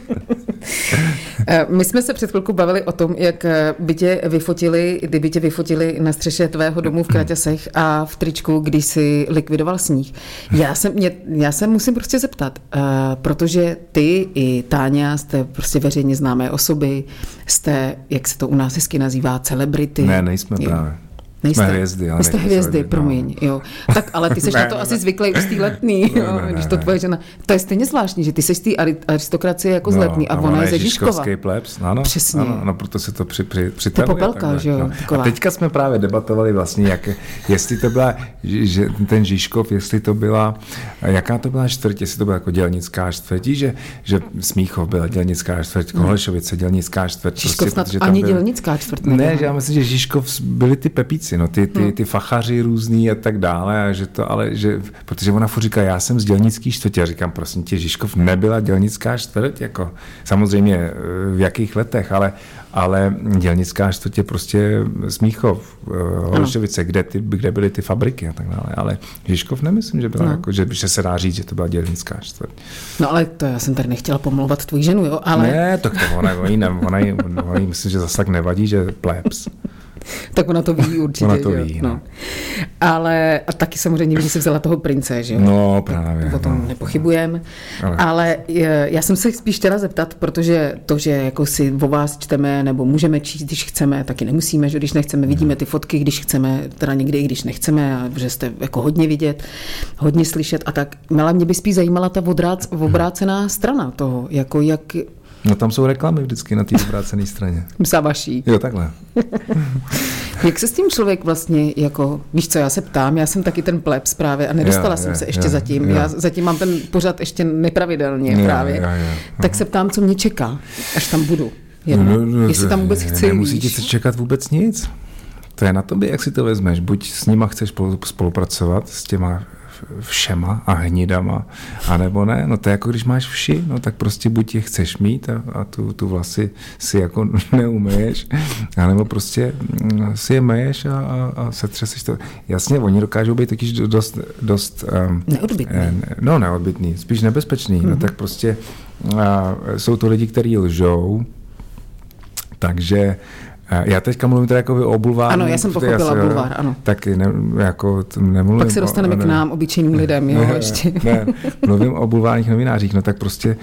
My jsme se před chvilkou bavili o tom, jak by tě vyfotili na střeše tvého domu v kraťasech a v tričku, když jsi likvidoval sníh. Já se musím prostě zeptat, protože ty i Táňa jste prostě veřejně známé osoby, jste, jak se to u nás hezky nazývá, celebrity. Ne, nejsme právě. Nejste. Hvězdy, ale jste hvězdy, promiň, jo. Tak, ale ty seš na to asi zvyklý už z té Letný, jo, když to tvoje žena. To je stejně zvláštní, že ty seš z té aristokracie jako z Letný a ona je ze Žižkova. Plebs, ano. Přesně. Ano, proto se to připravuje. To je popelka, že jo. No. A teďka jsme právě debatovali vlastně, jestli to byla, že ten Žižkov, jestli to byla, jaká to byla čtvrť, jestli to byla jako dělnická čtvrtí, že Smíchov byla dělnická čtvrť, Holešovice dělnická čtvrť. Žižkov snad ani dělnická čtvrť nebyla. Ne, že já myslím, že Žižkov byli ty pepíci, no, ty fachaři různý a tak dále, a že to, ale že, protože ona furt říká, já jsem z dělnický čtvrtě, já říkám, prosím tě, Žižkov nebyla dělnická čtvrť, jako samozřejmě v jakých letech, ale dělnická čtvrť je prostě Smíchov, Holešovice, kde byly ty fabriky a tak dále, ale Žižkov nemyslím, že byla jako, že se dá říct, že to byla dělnická čtvrť. No ale to já jsem tady nechtěla pomlouvat tvoji ženu, jo, ale... Ne, tak to ona jí myslím, že zase tak nevadí, že plebs. Tak ona to ví určitě, ona to ví, no. Ale a taky samozřejmě ví, že si vzala toho prince, že jo? No právě. O tom nepochybujeme. Ale já jsem se spíš chtěla zeptat, protože to, že jako si o vás čteme nebo můžeme číst, když chceme, taky nemusíme, že když nechceme, vidíme ty fotky, když chceme, teda někdy i když nechceme, a že jste jako hodně vidět, hodně slyšet a tak. Mě by spíš zajímala ta obrácená strana toho, jako jak... No tam jsou reklamy vždycky na té obrácené straně. Za vaší. Jo, takhle. Jak se s tím člověk vlastně, jako, víš co, já se ptám, já jsem taky ten plebs právě a nedostala jsem se ještě zatím. Já zatím mám ten pořad ještě nepravidelně právě. Tak se ptám, co mě čeká, až tam budu. Jestli tam vůbec chci. Nemusí ti se čekat vůbec nic. To je na tobě, jak si to vezmeš. Buď s nima chceš spolupracovat, s těma všema a hnidama, anebo ne, no to je jako když máš vši, no tak prostě buď je chceš mít a tu vlasy si jako neumeješ, anebo prostě si je meješ a setřeseš to. Jasně, oni dokážou být taky dost neodbytný. Neodbytný, spíš nebezpečný, no tak prostě jsou to lidi, kteří lžou, takže já teďka mluvím teda jako o bulváru. Ano, já jsem pochopila bulvár, ano. Taky nemluvím. Pak se dostaneme k nám, obyčejným lidem, jo, ještě. Ne, mluvím o bulvárních novinářích, no tak prostě,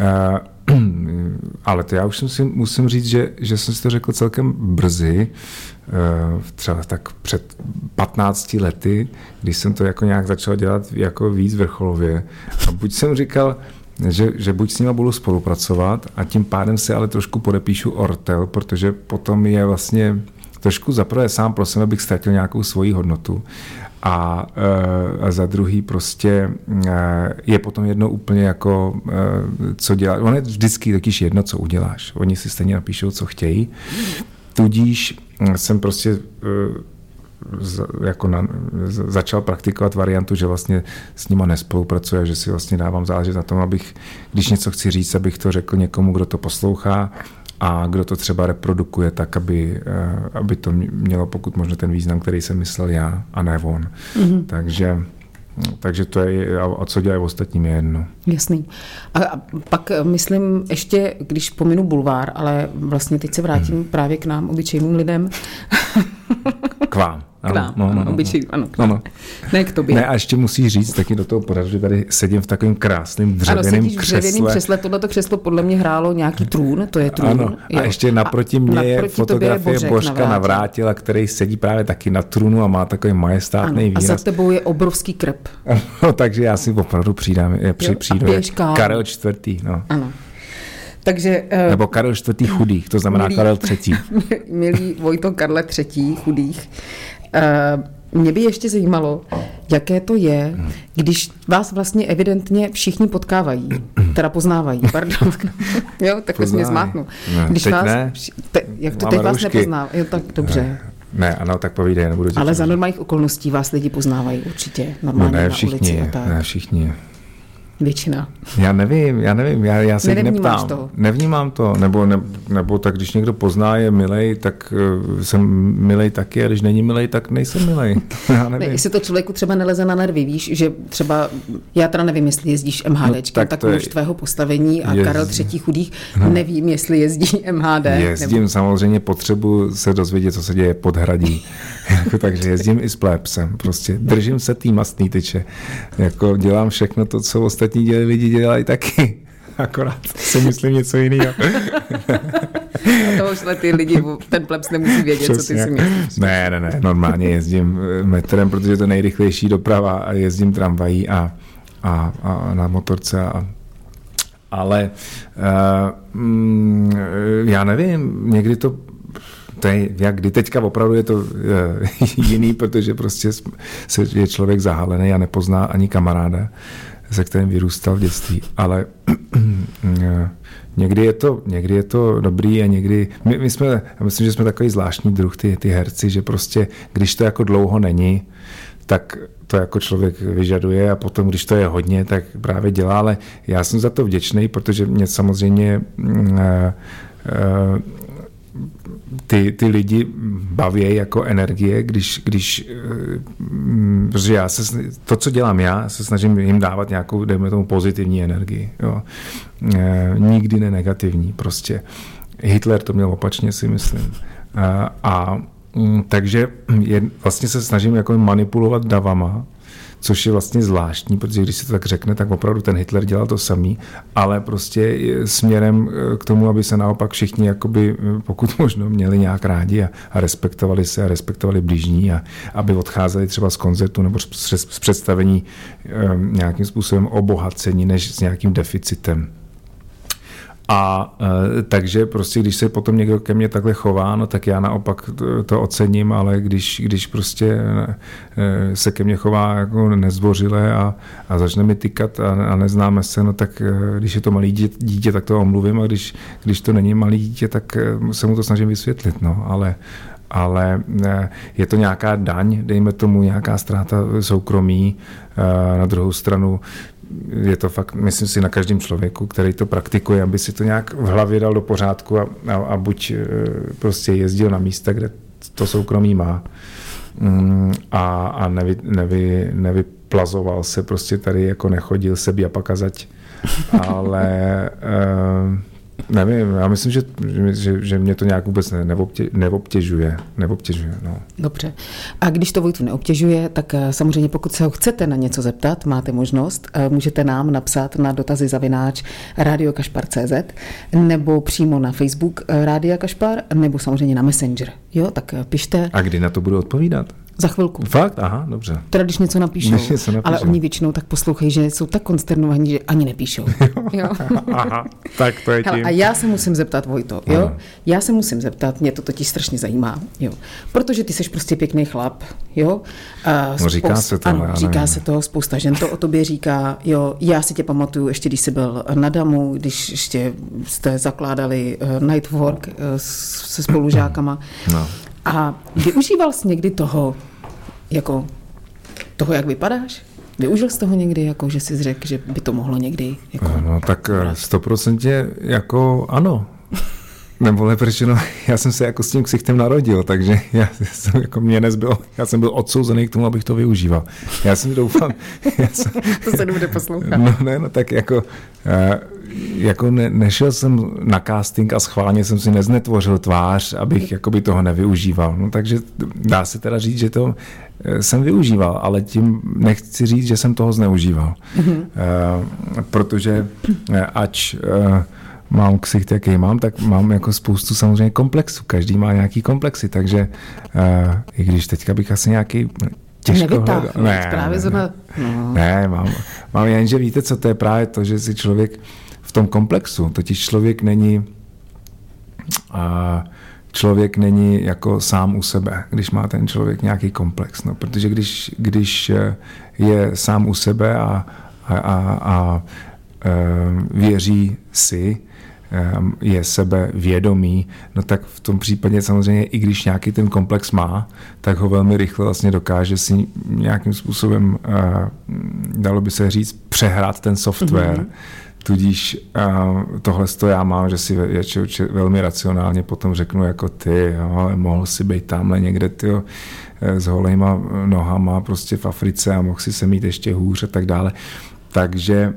ale to já už musím říct, že jsem si to řekl celkem brzy, třeba tak před 15 lety, když jsem to jako nějak začal dělat jako víc vrcholově. A buď jsem říkal, že buď s nima budu spolupracovat a tím pádem si ale trošku podepíšu ortel, protože potom je vlastně trošku zaprvé sám pro sebe, abych ztratil nějakou svoji hodnotu a za druhý prostě je potom jedno úplně jako co dělat. On je vždycky totiž jedno, co uděláš. Oni si stejně napíšou, co chtějí. Tudíž jsem prostě začal praktikovat variantu, že vlastně s nima nespolupracuje, že si vlastně dávám záležet na tom, abych, když něco chci říct, abych to řekl někomu, kdo to poslouchá a kdo to třeba reprodukuje tak, aby to mělo pokud možno ten význam, který jsem myslel já a ne on. Mm-hmm. Takže to je, a co dělají ostatním, je jedno. Jasný. A pak myslím ještě, když pominu bulvár, ale vlastně teď se vrátím právě k nám, obyčejným lidem. K vám. Obyčejný, ano. Ne k tobě. Ne, a ještě musíš říct taky do toho pořadu, že tady sedím v takovém krásném dřevěném křesle. V dřevěném křesle. Tohleto křeslo podle mě hrálo nějaký trůn, to je trůn. Ano, a ještě naproti mě je fotografie Božka Navrátila, který sedí právě taky na trůnu a má takový majestátný výraz. A za tebou je obrovský krb. Ano, takže já si opravdu přijdu Karel IV. No. Ano. Takže, nebo Karel IV. Chudých, to znamená Karel III. Milý Vojto Karle III. Chudých. Mě by ještě zajímalo, jaké to je, když vás vlastně evidentně všichni potkávají, teda poznávají, pardon. Jo, takhle jsem mě zmátnu. Když teď vás, ne. Jak to teď vás nepoznávají? Jo, tak dobře. Ne, ano, tak povídej, nebudu tě. Ale za normálních okolností vás lidi poznávají určitě. Normálně ne na všichni, ulici a tak. Ne všichni. Většina. Já nevím, já se jich neptám. To. Nevnímám to, nebo tak, když někdo pozná, je milej, tak jsem milej taky, a když není milej, tak nejsem milej. Já nevím. Ne, jestli to člověku třeba neleze na nervy, víš, že třeba, já teda nevím, jestli jezdíš MHDčkem, tak už tvého postavení a Karel III. Chudých, nevím, jestli jezdí MHD. Jezdím, samozřejmě potřebuji se dozvědět, co se děje pod hradí. Takže jezdím i s plébsem, prostě držím se tý mastný tyče, jako dělám všechno to, co ostatní lidi dělají taky, akorát si myslím něco jiného. A to už ty lidi, ten plebs nemusí vědět, přesně. Co ty si myslíš. Ne, normálně jezdím metrem, protože je to nejrychlejší doprava a jezdím tramvají a na motorce ale já nevím, někdy to je, jak kdy teďka opravdu je to jiný, protože prostě je člověk zahalený a nepozná ani kamaráda, se kterým vyrůstal v dětství, ale někdy je to dobrý a někdy, já myslím, že jsme takový zvláštní druh, ty herci, že prostě, když to jako dlouho není, tak to jako člověk vyžaduje a potom, když to je hodně, tak právě dělá, ale já jsem za to vděčný, protože mě samozřejmě ty lidi baví jako energie, protože to, co dělám já, se snažím jim dávat nějakou, dejme tomu, pozitivní energii. Jo. Nikdy ne negativní prostě. Hitler to měl opačně, si myslím. Takže vlastně se snažím jako manipulovat davama, což je vlastně zvláštní, protože když se to tak řekne, tak opravdu ten Hitler dělal to samý, ale prostě směrem k tomu, aby se naopak všichni jakoby, pokud možno, měli nějak rádi a respektovali se a respektovali blížní a aby odcházeli třeba z koncertu nebo z představení nějakým způsobem obohacení než s nějakým deficitem. A takže prostě, když se potom někdo ke mně takhle chová, no tak já naopak to ocením, ale když prostě se ke mně chová jako nezdvořile a začne mi tykat a neznáme se, no tak když je to malý dítě, tak to omluvím a když to není malý dítě, tak se mu to snažím vysvětlit, no, ale je to nějaká daň, dejme tomu nějaká ztráta soukromí, na druhou stranu je to fakt, myslím si, na každém člověku, který to praktikuje, aby si to nějak v hlavě dal do pořádku a buď prostě jezdil na místa, kde to soukromí má a nevyplazoval se, prostě tady jako nechodil sebi a pakazať, ale nevím, já myslím, že mě to nějak vůbec neobtěžuje. No. Dobře. A když to Vojtu neobtěžuje, tak samozřejmě pokud se ho chcete na něco zeptat, máte možnost, můžete nám napsat na dotazy@radiokašpar.cz nebo přímo na Facebook Rádia Kašpar, nebo samozřejmě na Messenger. Jo, tak pište. A kdy na to budu odpovídat? Za chvilku. Fakt? Aha, dobře. Teda když něco napíšou. Ale oni většinou tak poslouchají, že jsou tak konsternovaní, že ani nepíšou. Jo. Aha, tak to je tím. Hele, a já se musím zeptat, Vojto, jo? Aha. Já se musím zeptat, mě to totiž strašně zajímá, jo. Protože ty seš prostě pěkný chlap, jo. No říká se to. Ano, říká se to, spousta žen to o tobě říká, jo. Já si tě pamatuju, ještě když jsi byl na Damu, když ještě jste zakládali Nightwork se spolužákama. No. A využíval jsi někdy toho, jak vypadáš? Využil jsi toho někdy, jako, že jsi řekl, že by to mohlo někdy? Jako, no tak 100% jako ano. Nebo lépe řečeno, já jsem se jako s tím ksichtem narodil, takže já jsem byl odsouzený k tomu, abych to využíval. Já jsem doufám... To se nebude poslouchat. No tak nešel jsem na casting a schválně jsem si neznetvořil tvář, abych jakoby toho nevyužíval. No takže dá se teda říct, že to jsem využíval, ale tím nechci říct, že jsem toho zneužíval. Mm-hmm. Protože ač mám ksicht, jaký mám, tak mám jako spoustu samozřejmě komplexů. Každý má nějaký komplexy, takže i když teďka bych asi nějaký těžko hledal. Ne, mám jenže víte, co to je právě to, že si člověk v tom komplexu, totiž člověk není jako sám u sebe, když má ten člověk nějaký komplex. No, protože když je sám u sebe a věří si, je sebe vědomý, no tak v tom případě samozřejmě, i když nějaký ten komplex má, tak ho velmi rychle vlastně dokáže si nějakým způsobem, dalo by se říct, přehrát ten software. Mm-hmm. Tudíž tohle já mám, že si velmi racionálně potom řeknu jako ty, jo, mohl si být tamhle někde tyjo, s holejma nohama prostě v Africe a mohl si se mít ještě hůř a tak dále. Takže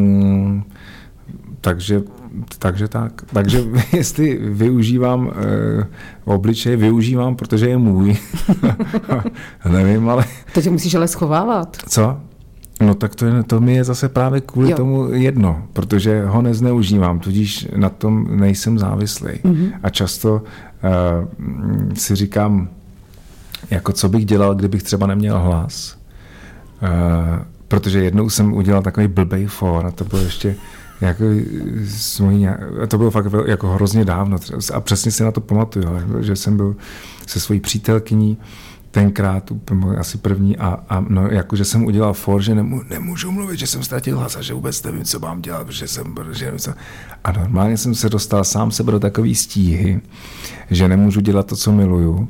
jestli využívám obličej, využívám, protože je můj. Nevím, ale... To tě musíš ale schovávat. Co? No tak to mi je zase právě kvůli tomu jedno, protože ho nezneužívám, tudíž na tom nejsem závislý. A často si říkám, jako co bych dělal, kdybych třeba neměl hlas. Protože jednou jsem udělal takový blbej fór a to bylo ještě jako to bylo fakt jako hrozně dávno a přesně si na to pamatuju, že jsem byl se svojí přítelkyní tenkrát asi první a no, jakože jsem udělal fór, že nemůžu mluvit, že jsem ztratil hlas a že vůbec nevím, co mám dělat, protože že nevím, co. A normálně jsem se dostal sám sebe do takový stíhy, že nemůžu dělat to, co miluju,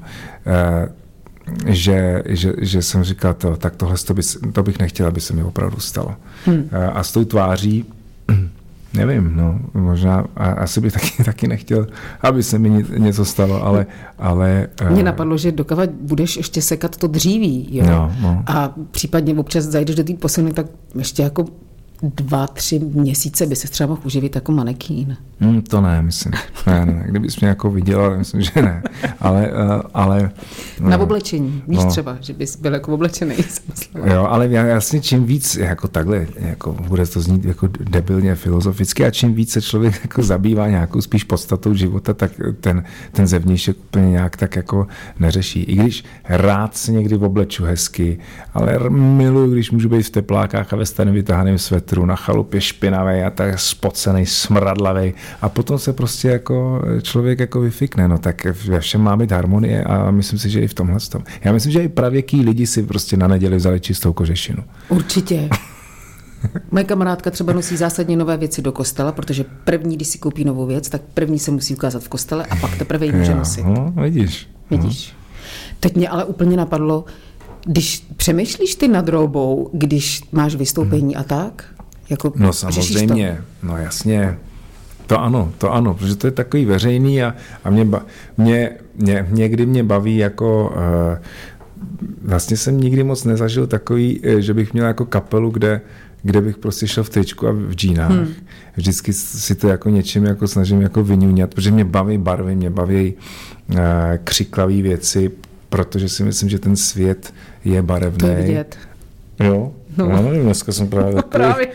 že jsem říkal, tak tohle to bych nechtěl, aby se mi opravdu stalo. A s tou tváří nevím, no, možná, asi bych taky nechtěl, aby se mi něco stalo, ale Mně napadlo, že dokud budeš ještě sekat to dříví, jo? No. A případně občas zajdeš do té posilovny, tak ještě jako 2-3 měsíce by se třeba mohl uživit jako manekín. To ne, myslím. Ne. Kdybys mě jako viděla, myslím, že ne. Ale na oblečení, víš třeba, že bys byl jako oblečený. Jo, ale jasně čím víc, jako takhle, jako bude to znít jako debilně filozoficky, a čím víc se člověk jako zabývá nějakou spíš podstatou života, tak ten zevnějšek úplně nějak tak jako neřeší. I když rád se někdy obleču hezky, ale miluji, když můžu být v teplákách a ve stejně vytáhaném svetru, na chalupě špinavej a tak spocenej, smradlavej a potom se prostě jako člověk jako vyfikne, no tak ve všem má být harmonie a myslím si, že i v tomhle tom. Já myslím, že i pravěký lidi si prostě na neděli vzali čistou kožešinu. Určitě. Moje kamarádka třeba nosí zásadně nové věci do kostela, protože první, když si koupí novou věc, tak první se musí ukázat v kostele a pak teprve ji může nosit. No, vidíš. Teď mě ale úplně napadlo, když přemýšlíš ty nad roubou, když máš vystoupení a tak? Jako, no samozřejmě, no jasně. To ano, protože to je takový veřejný a mě někdy mě baví jako vlastně jsem nikdy moc nezažil takový, že bych měl jako kapelu, kde bych prostě šel v tričku a v džínách. Vždycky si to jako něčím jako snažím jako vyňuňat, protože mě baví barvy, mě baví křiklavý věci, protože si myslím, že ten svět je barevný. To je vidět. Jo? No nevím, dneska jsem právě takový.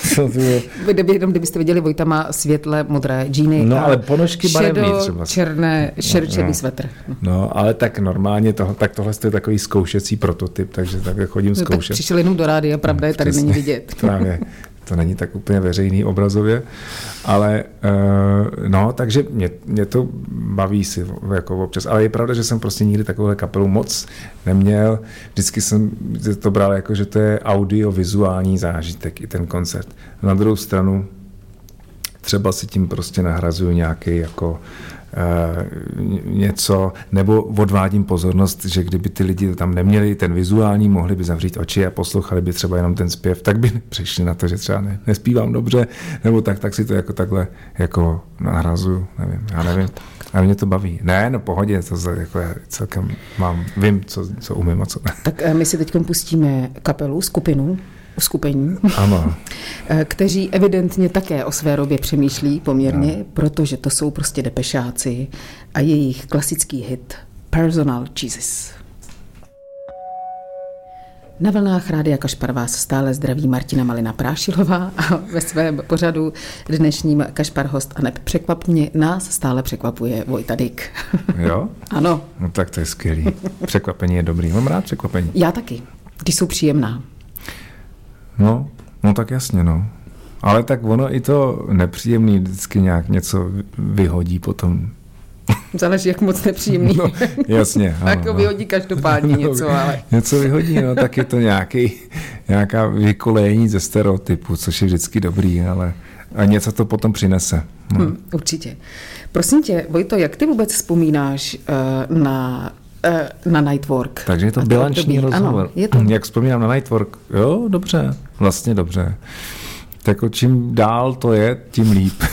Kdybyste viděli, Vojta má světle modré džíny. No ale ponožky barevný třeba. Černý svetr. No ale tak normálně, tak tohle je takový zkoušecí prototyp, takže tak chodím zkoušet. Tak přišel jenom do rádia, pravda je, tady přesně, není vidět. Právě. To není tak úplně veřejný obrazově, ale no, takže mě to baví si jako občas, ale je pravda, že jsem prostě nikdy takovou kapelu moc neměl, vždycky jsem to bral jako, že to je audiovizuální zážitek i ten koncert. Na druhou stranu třeba si tím prostě nahrazuju nějaký jako něco, nebo odvádím pozornost, že kdyby ty lidi tam neměli ten vizuální, mohli by zavřít oči a poslouchali by třeba jenom ten zpěv, tak by přišli na to, že třeba nespívám dobře, nebo tak si to jako takhle jako nahrazuju, nevím. A mě to baví. Ne, no pohodě, to jako já celkem vím, co umím a co ne. Tak my si teď pustíme kapelu, uskupení, ano. kteří evidentně také o své robě přemýšlí poměrně, protože to jsou prostě depešáci a jejich klasický hit Personal Jesus. Na vlnách Rádia Kašpar vás stále zdraví Martina Malina Prášilová a ve svém pořadu dnešním Kašpar host a překvapně nás stále překvapuje Vojta Dyk. Jo? Ano. No tak to je skvělý. Překvapení je dobrý. Mám rád překvapení. Já taky, když jsou příjemná. No tak jasně, no. Ale tak ono i to nepříjemný vždycky nějak něco vyhodí potom. Záleží, jak moc nepříjemný. No, jasně. Jako vyhodí každopádně něco, ale... Něco vyhodí, no, tak je to nějaká vykolejení ze stereotypu, což je vždycky dobrý, ale a něco to potom přinese. No. Určitě. Prosím tě, Vojto, jak ty vůbec vzpomínáš na Nightwork? Takže je to bilanční rozhovor. Ano, je to. Jak vzpomínám na Nightwork? Jo, dobře, vlastně dobře. Tak jako čím dál to je, tím líp.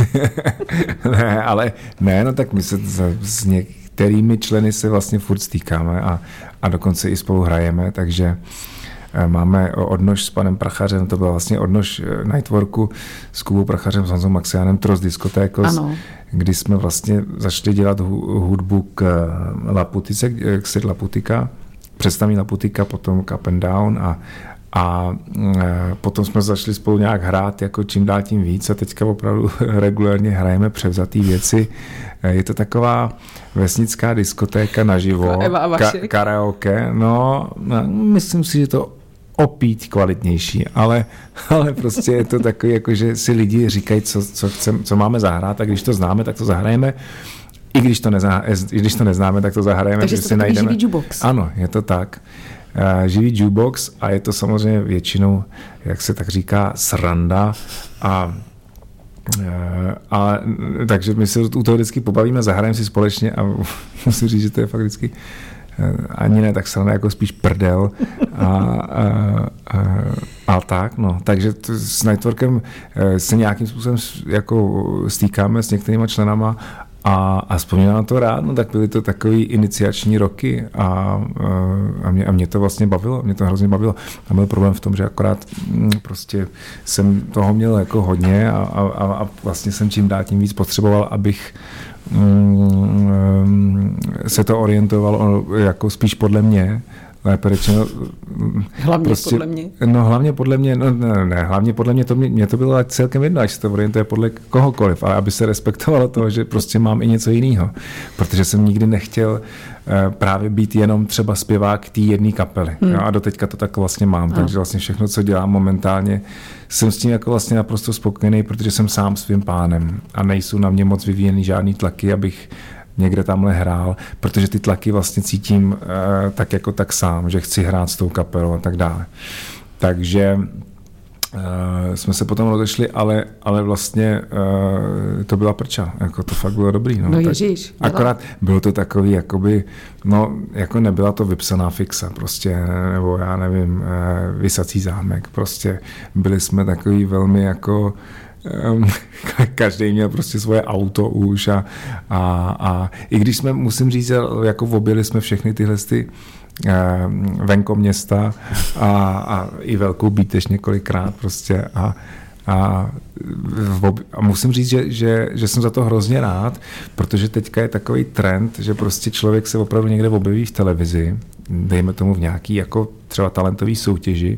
No tak my se s některými členy se vlastně furt stýkáme a dokonce i spolu hrajeme, takže máme odnož s panem Prachařem, to byl vlastně odnož Nightworku s Kubou Prachařem, s Honzou Maxiánem, Tros Discotékos, kdy jsme vlastně začali dělat hudbu k Laputice, k Sir Laputika, představení Laputika, potom k Up and Down A potom jsme začali spolu nějak hrát jako čím dál tím víc a teďka opravdu regulérně hrajeme převzatý věci. Je to taková vesnická diskotéka naživo, karaoke, no myslím si, že to opít kvalitnější, ale prostě je to takový, jako že si lidi říkají, co máme zahrát a když to známe, tak to zahrajeme. I když to neznáme, tak to zahrajeme. Takže si najdeme. Živý jukebox. Ano, je to tak. Živý jukebox a je to samozřejmě většinou, jak se tak říká, sranda a takže my se u toho vždycky pobavíme, zahrajeme si společně a musím říct, že to je fakt vždycky ani ne tak sranda, jako spíš prdel a tak, no. Takže s Nightworkem se nějakým způsobem jako stýkáme s některýma členama a vzpomínám na to rád, no tak byly to takový iniciační roky a mě to vlastně bavilo, mě to hrozně bavilo. A byl problém v tom, že akorát prostě jsem toho měl jako hodně a vlastně jsem čím dál tím víc potřeboval, abych se to orientovalo jako spíš podle mě, lépe řečeno. Hlavně prostě, podle mě. No hlavně podle mě, hlavně podle mě mě to bylo celkem jedno, ať se to orientuje podle kohokoliv, ale aby se respektovalo toho, že prostě mám i něco jiného. Protože jsem nikdy nechtěl právě být jenom třeba zpěvák té jedné kapely. Jo? A doteďka to tak vlastně mám. Takže vlastně všechno, co dělám momentálně, jsem s tím jako vlastně naprosto spokojený, protože jsem sám svým pánem a nejsou na mě moc vyvíjený žádný tlaky, abych někde tamhle hrál, protože ty tlaky vlastně cítím tak jako tak sám, že chci hrát s tou kapelou a tak dále. Takže jsme se potom rozešli, ale vlastně to byla prča, jako to fakt bylo dobrý. No ježíš. Akorát bylo to takový, jakoby, no, jako nebyla to vypsaná fixa, prostě, nebo já nevím, Visací zámek, prostě byli jsme takový velmi jako každý měl prostě svoje auto už a i když jsme, musím říct, jako objeli jsme všechny tyhle venkoměsta a i Velkou Bítež několikrát prostě a musím říct, že jsem za to hrozně rád, protože teďka je takový trend, že prostě člověk se opravdu někde objeví v televizi, dejme tomu v nějaký jako třeba talentový soutěži,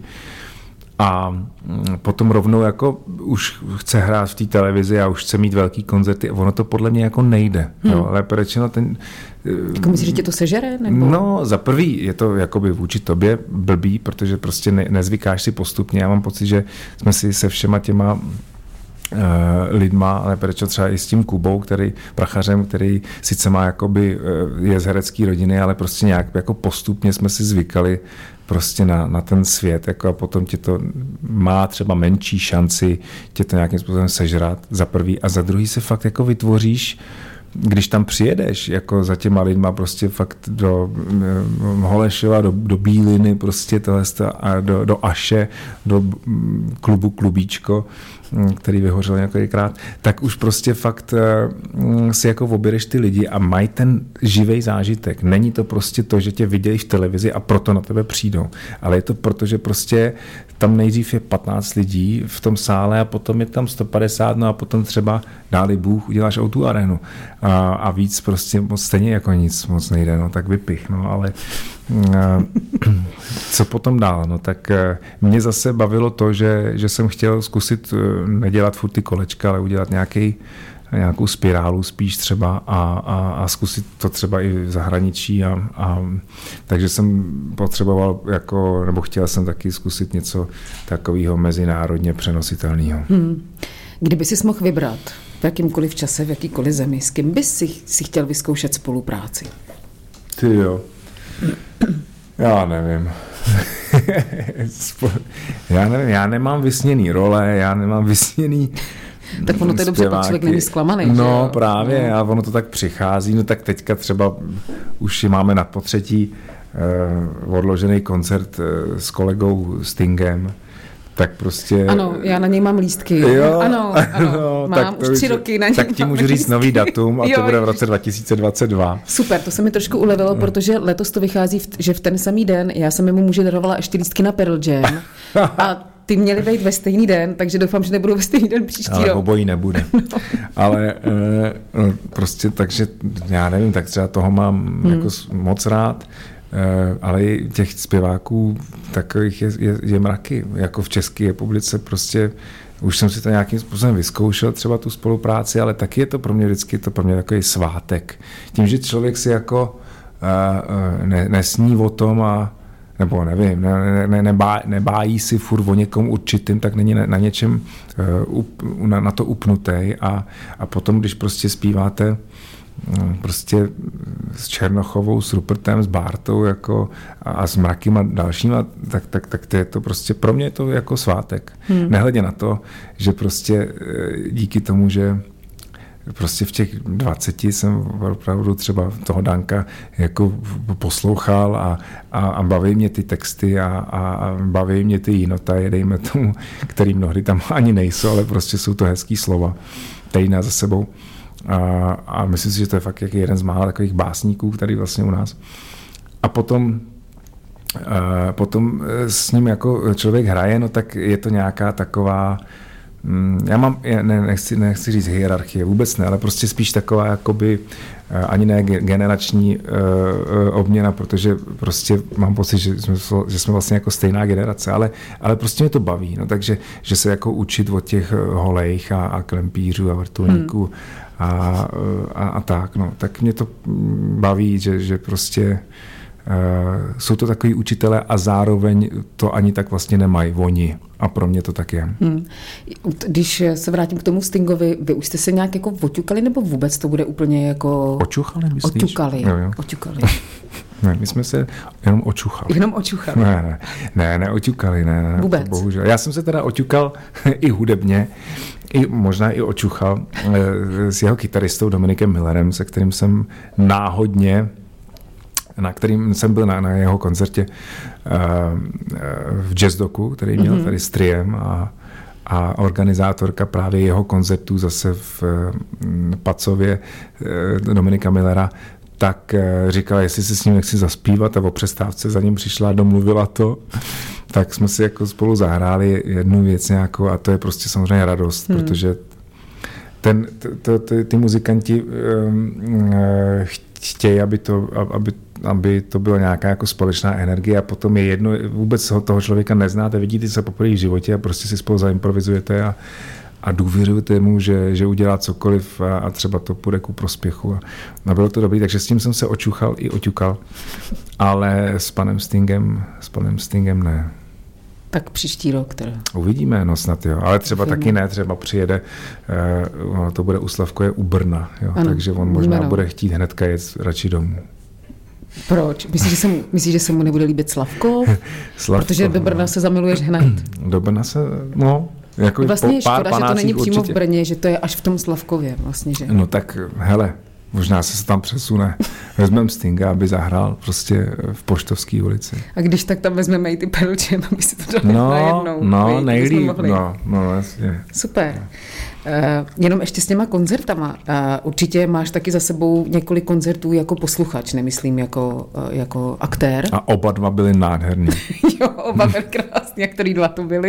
a potom rovnou jako už chce hrát v té televizi a už chce mít velký koncerty. Ono to podle mě jako nejde. Jo, ale řečeno ten... Jako myslíš, že tě to sežere? Nebo? No, za prvý je to jakoby vůči tobě blbý, protože prostě nezvykáš si postupně. Já mám pocit, že jsme si se všema těma lidma, ale proč třeba i s tím Kubou, Prachařem, který sice má jakoby, je z herecké rodiny, ale prostě nějak jako postupně jsme si zvykali prostě na ten svět, jako a potom tě to má třeba menší šanci tě to nějakým způsobem sežrat, za prvý, a za druhý se fakt jako vytvoříš, když tam přijedeš jako za těma lidma prostě fakt do Holešova, do Bíliny, prostě tohle a do Aše, do klubu Klubíčko, který vyhořel několikrát, tak už prostě fakt si jako objedeš ty lidi a mají ten živej zážitek. Není to prostě to, že tě vidějí v televizi a proto na tebe přijdou, ale je to proto, že prostě tam nejdřív je 15 lidí v tom sále a potom je tam 150, no a potom třeba dáli Bůh, uděláš O2 Arenu a víc prostě moc stejně jako nic moc nejde, no tak vypich, no ale co potom dál, no tak mě zase bavilo to, že jsem chtěl zkusit nedělat furt ty kolečka, ale udělat nějakou spirálu spíš třeba a zkusit to třeba i v zahraničí a takže jsem potřeboval nebo chtěl jsem taky zkusit něco takového mezinárodně přenositelného. Kdyby jsi mohl vybrat v jakýmkoliv čase, v jakýkoliv zemi, s kým bys si chtěl vyzkoušet spolupráci? Ty jo. Já nevím. Já nemám vysněný role, já nemám vysněný tak ono to je dobře, pak člověk není zklamaný. No že? právě, a ono to tak přichází, no tak teďka třeba už máme na potřetí odložený koncert s kolegou Stingem, tak prostě... Ano, já na něj mám lístky. Jo, ano, mám už 3 roky na něj. Tak ti můžu říct nový datum a to bude v roce 2022. Super, to se mi trošku ulevilo, protože letos to vychází, že v ten samý den já jsem mu muži darovala ještě lístky na Pearl Jam a ty měly být ve stejný den, takže doufám, že nebudou ve stejný den příští rok. Ale obojí nebude. No. Ale prostě takže já nevím, tak třeba toho mám jako moc rád. ale i těch zpěváků takových je mraky. Jako v České republice prostě už jsem si to nějakým způsobem vyzkoušel, třeba tu spolupráci, ale taky je to pro mě vždycky takový svátek. Tím, že člověk si jako nesní o tom nebo nevím, nebájí si furt o někom určitým, tak není na něčem na to upnutý a potom, když prostě zpíváte prostě s Černochovou, s Rupertem, s Bártou jako a s Mrakým a dalšíma, tak to je to prostě, pro mě je to jako svátek. Nehledě na to, že prostě díky tomu, že prostě v těch 20 jsem opravdu třeba toho Danka jako poslouchal a baví mě ty texty a baví mě ty jinotaje, dejme tomu, který mnohdy tam ani nejsou, ale prostě jsou to hezký slova, týdna za sebou. A myslím si, že to je fakt jako jeden z mála takových básníků, který vlastně u nás. A potom s ním jako člověk hraje, no tak je to nějaká taková, nechci říct hierarchie, vůbec ne, ale prostě spíš taková jakoby ani ne generační obměna, protože prostě mám pocit, že jsme vlastně jako stejná generace, ale prostě mě to baví, no takže že se jako učit od těch holejch a klempířů a vrtulníků a tak, no, tak mě to baví, že prostě jsou to takový učitelé a zároveň to ani tak vlastně nemají oni. A pro mě to tak je. Když se vrátím k tomu Stingovi, vy už jste se nějak jako oťukali, nebo vůbec to bude úplně jako... Očuchali, myslíš? Oťukali. Ne, my jsme se jenom očuchali. Jenom očuchali. Ne, oťukali, ne. Vůbec. Bohužel. Já jsem se teda oťukal i hudebně, možná i očuchal s jeho kytaristou Dominikem Millerem, se kterým jsem náhodně na kterým jsem byl na jeho koncertě v Jazz Doku, který měl tady s triem a organizátorka právě jeho koncertů zase v Pacově Dominika Millera, tak říkala, jestli si s ním nechci zaspívat a o přestávce za ním přišla a domluvila to, tak jsme si jako spolu zahráli jednu věc nějakou a to je prostě samozřejmě radost, protože ty muzikanti chtějí, aby to byla nějaká jako společná energie a potom je jedno, vůbec toho člověka neznáte, vidíte se poprvé v životě a prostě si spolu zaimprovizujete a důvěřujete mu, že udělá cokoliv a třeba to půjde ku prospěchu. A bylo to dobrý, takže s tím jsem se očuchal i oťukal, ale s panem Stingem ne. Tak příští rok teda. Uvidíme, no snad jo, ale třeba taky ne, třeba přijede, to bude u Slavkoje u Brna, jo, ano, takže on možná bude chtít hnedka jet radši domů. Proč? Myslíš, že se mu nebude líbit Slavkov? Protože do Brna se zamiluješ hned. Do Brna se, no, jako vlastně je škoda, že to není přímo určitě. V Brně, že to je až v tom Slavkově vlastně, že? No tak, hele, možná se tam přesune. Vezmeme Stinga, aby zahrál prostě v Poštovské ulici. A když tak tam vezmeme i ty Peruče, aby si to dali najednou. No, nejlíp, no, jasně. Super. Jenom ještě s těma koncertama. Určitě máš taky za sebou několik koncertů jako posluchač, nemyslím jako aktér. A oba dva byli nádherní. Jo, oba byli krásní, a který dva to byli.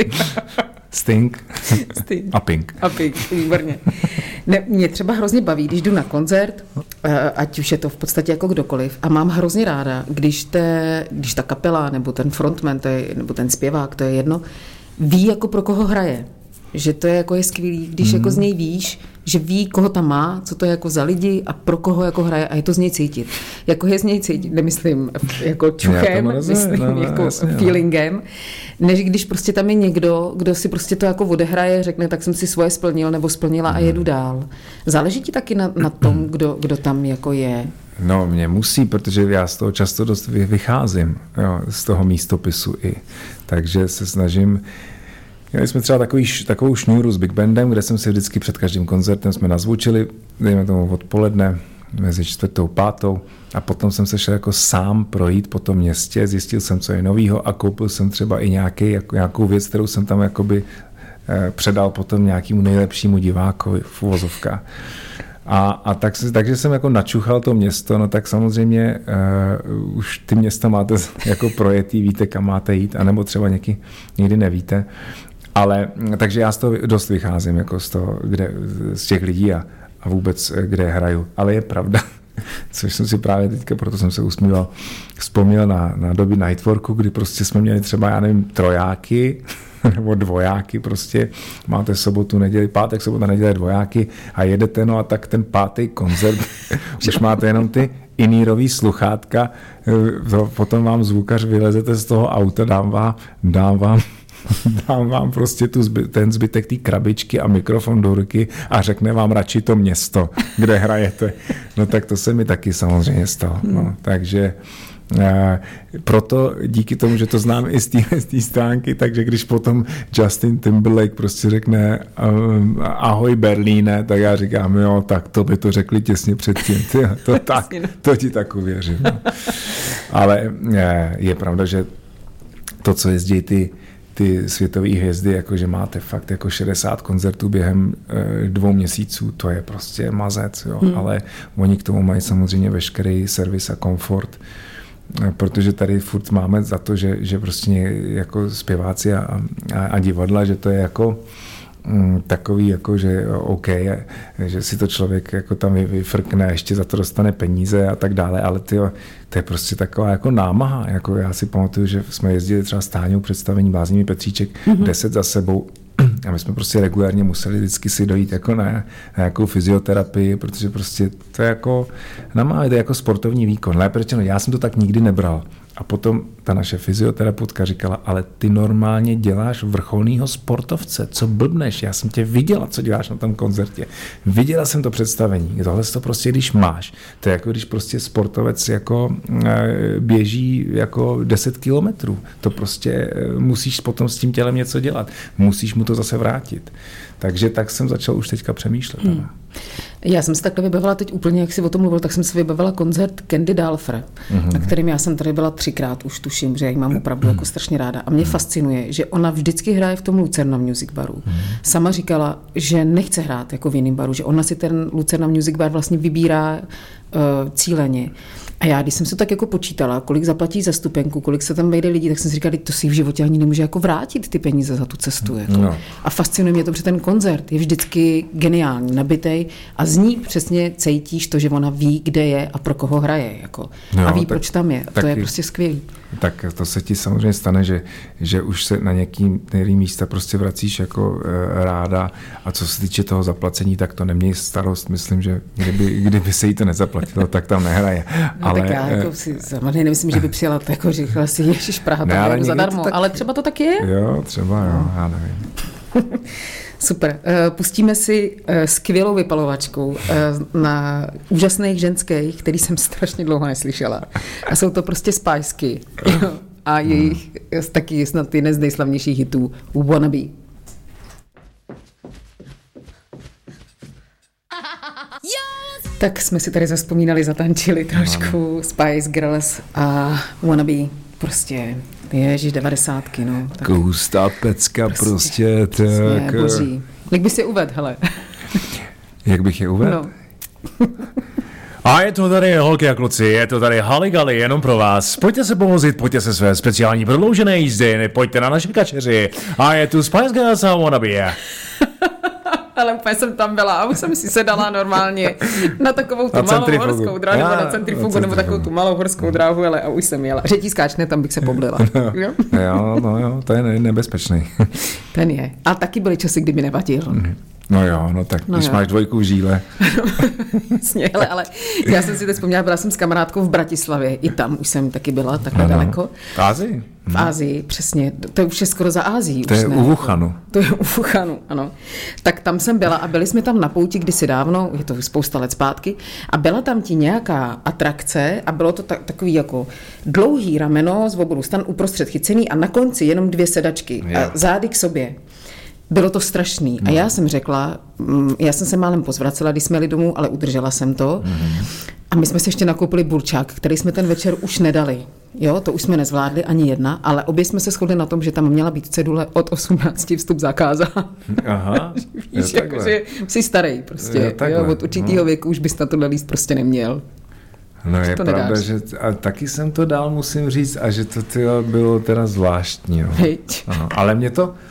Sting a Pink. A Pink, výborně. Mě třeba hrozně baví, když jdu na koncert, ať už je to v podstatě jako kdokoliv, a mám hrozně ráda, když ta kapela, nebo ten frontman, nebo ten zpěvák, to je jedno, ví, jako pro koho hraje. Že to je jako je skvělý, když jako z něj víš, že ví, koho tam má, co to je jako za lidi a pro koho jako hraje a je to z něj cítit. Jako je z něj cítit, nemyslím jako čuchem, myslím jako jasně, feelingem, než když prostě tam je někdo, kdo si prostě to jako odehraje, řekne, tak jsem si svoje splnil nebo splnila a jedu dál. Záleží ti taky na tom, kdo tam jako je? No, mě musí, protože já z toho často dost vycházím, jo, z toho místopisu i. Takže se snažím. Měli jsme třeba takovou šňůru s Big Bandem, kde jsem si vždycky před každým koncertem jsme nazvučili, dejme tomu odpoledne, mezi 4. a 5. a potom jsem se šel jako sám projít po tom městě, zjistil jsem, co je novýho a koupil jsem třeba i nějakou věc, kterou jsem tam jakoby předal potom nějakému nejlepšímu divákovi v uvozovkách. Takže jsem jako načuchal to město, no tak samozřejmě už ty města máte jako projetý, víte, kam máte jít, anebo třeba někdy nevíte. Ale takže já z toho dost vycházím, jako z těch lidí a vůbec, kde hraju. Ale je pravda, Což jsem si právě teďka, proto jsem se usmíval, vzpomněl na doby Nightworku, kdy prostě jsme měli třeba, já nevím, trojáky, nebo dvojáky prostě, máte sobotu, neděli, pátek, sobota, neděle, dvojáky a jedete, no a tak ten pátý koncert, už máte jenom ty inírový sluchátka, potom vám zvukař vylezete z toho auta, dám vám prostě ten zbytek té krabičky a mikrofon do ruky a řekne vám radši to město, kde hrajete. No tak to se mi taky samozřejmě stalo. No, takže proto díky tomu, že to znám i z té stránky, takže když potom Justin Timberlake prostě řekne ahoj Berlíne, tak já říkám, jo, tak to by to řekli těsně předtím. To ti tak uvěřím. No. Ale je pravda, že to, co jezdí ty světové hvězdy, jakože máte fakt jako 60 koncertů během 2 měsíců, to je prostě mazec, jo. Ale oni k tomu mají samozřejmě veškerý servis a komfort, protože tady furt máme za to, že prostě jako zpěváci a divadla, že to je jako takový, jako že OK, že si to člověk jako tam vyfrkne, ještě za to dostane peníze a tak dále, ale to je prostě taková jako námaha. Jako já si pamatuju, že jsme jezdili třeba s Táňou představení Bláznivý Petříček 10 za sebou a my jsme prostě regulárně museli vždycky si dojít jako na nějakou fyzioterapii, protože prostě to je jako to je jako sportovní výkon. Lépe řečeno, já jsem to tak nikdy nebral. A potom ta naše fyzioterapeutka říkala, ale ty normálně děláš vrcholného sportovce, co blbneš, já jsem tě viděla, co děláš na tom koncertě. Viděla jsem to představení, tohle to prostě, když máš, to je jako když prostě sportovec jako běží jako 10 kilometrů, to prostě musíš potom s tím tělem něco dělat, musíš mu to zase vrátit. Takže tak jsem začal už teďka přemýšlet. Já jsem se takhle vybavila teď úplně, jak jsi o tom mluvil, tak jsem si vybavila koncert Candy Dulfer, na kterým já jsem tady byla 3krát, už tuším, že já ji mám opravdu jako strašně ráda. A mě fascinuje, že ona vždycky hraje v tom Lucerna Music Baru. Sama říkala, že nechce hrát jako v jiném baru, že ona si ten Lucerna Music Bar vlastně vybírá cíleně. A já, když jsem se tak jako počítala, kolik zaplatí za stupenku, kolik se tam vejde lidí, tak jsem si říkala, to si v životě ani nemůže jako vrátit ty peníze za tu cestu. Jako. No. A fascinuje mě to, protože ten koncert je vždycky geniální, nabitej a z ní přesně cítíš to, že ona ví, kde je a pro koho hraje. Jako. No, a ví, proč tam je. A to je prostě skvělý. Tak to se ti samozřejmě stane, že už se na některý místa prostě vracíš jako ráda a co se týče toho zaplacení, tak to neměj starost. Myslím, že kdyby se jí to nezaplatilo, tak tam nehraje. No, ale tak já jako si samozřejmě nemyslím, že by přijela to jako říkala si Ježiš Praha, ne, ale zadarmo, tak, ale třeba to tak je. Jo, třeba jo, já nevím. Super. Pustíme si skvělou vypalovačku na úžasných ženských, který jsem strašně dlouho neslyšela. A jsou to prostě Spiceky. A jejich taky snad jeden z nejslavnějších hitů Wannabe. Tak jsme si tady zavzpomínali, zatančili trošku Spice Girls a Wannabe. Prostě ježiš 90, no. Koustá pecka prostě tak. Boží. Jak bys je uvedl, hele? Jak bych je uvedl? No. A je to tady, holky a kluci, je to tady Haligali jenom pro vás. Pojďte se povozit, pojďte se své speciální prodloužené jízdy, pojďte na naše kačeři. A je tu Spice Girls a Wannabe. Ale úplně jsem tam byla a už jsem si sedala normálně na takovou tu malou horskou dráhu, nebo na centrifugu, nebo takovou tu malou horskou dráhu, ale a už jsem jela. Řetízkáč, tam bych se poblila. Jo, to je nebezpečný. Ten je. A taky byly časy, kdy mi nevadil. No jo, no tak, když máš 2 v žíle. Jasně, ale já jsem si teď vzpomněla, byla jsem s kamarádkou v Bratislavě, i tam už jsem taky byla takhle daleko. V Ázii? V Ázii, přesně. To už je skoro za Ázií. To je u Wuhanu. To je u Wuhanu, ano. Tak tam jsem byla a byli jsme tam na pouti kdysi dávno, je to spousta let zpátky, a byla tam ti nějaká atrakce a bylo to takový jako dlouhý rameno z oboru stan uprostřed chycený a na konci jenom 2 sedačky a zády k sobě. Bylo to strašný. A já jsem řekla, já jsem se málem pozvracela, když jsme jeli domů, ale udržela jsem to. A my jsme si ještě nakoupili burčák, který jsme ten večer už nedali. Jo, to už jsme nezvládli ani jedna, ale obě jsme se shodli na tom, že tam měla být cedule od 18 vstup zakázán. Aha. Víš, jakože jsi starý prostě. Jo, od určitýho věku už bys na tohle líst prostě neměl. No je pravda, že a taky jsem to dal, musím říct, a že to bylo teda zvláštní. Jo. Ale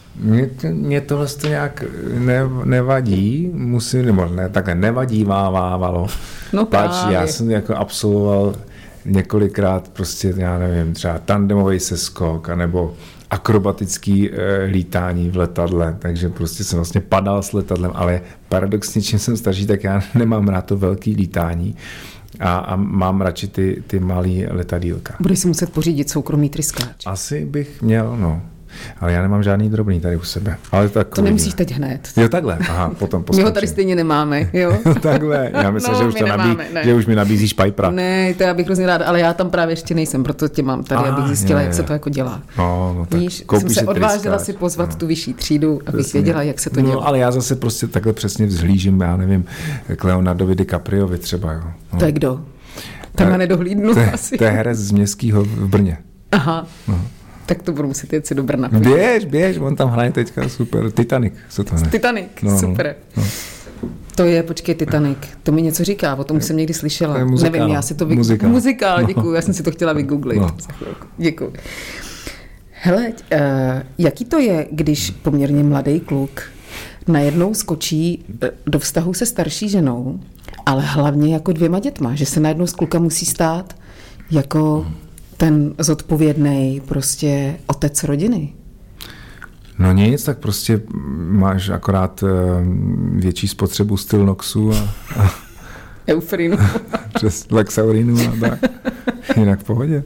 Mě tohle to nějak nevadí, nevadívalo. No Pač, já jsem jako absolvoval několikrát prostě, já nevím, třeba tandemový seskok, anebo akrobatický lítání v letadle, takže prostě jsem vlastně padal s letadlem, ale paradoxně, čím jsem starší, tak já nemám rád to velký lítání a mám radši ty malý letadýlka. Budeš si muset pořídit soukromý tryskáč. Asi bych měl, no. Ale já nemám žádný drobný tady u sebe. Ale tak to nemusíš teď hned. Jo, takhle. Aha, potom poskočím. My ho tady stejně nemáme, jo? Takhle. Já myslím, no, že už to že už mi nabízíš Pipera. Ne, to já bych hrozně ráda, ale já tam právě ještě nejsem, proto tě mám tady, abych zjistila, jak se to jako dělá. No, tak víš, jsem se odvážila si pozvat tu vyšší třídu, abych věděla, jak se to dělá. No, ale já zase prostě takhle přesně vzhlížím, já nevím, k Leonardovi DiCapriovi třeba, jo. No. To je kdo? Tam nedohlídnu asi. To je herec z Městského v Brně. Aha. No. Tak to budu muset jet si do Brna. Běž, on tam hraje teďka super. Titanic se to jmenuje. Titanic, super. No. To je, počkej, Titanic. To mi něco říká, o tom jsem někdy slyšela. To je muzikál. Nevím, já si to Muzikál, děkuju, já jsem si to chtěla vygooglit. No. Děkuju. Hele, jaký to je, když poměrně mladý kluk najednou skočí do vztahu se starší ženou, ale hlavně jako 2 dětma, že se najednou z kluka musí stát jako ten zodpovědnej prostě otec rodiny? No nic, tak prostě máš akorát větší spotřebu Stilnoxu a Eufrinu. Přes Lexaurinu a tak. Jinak v pohodě.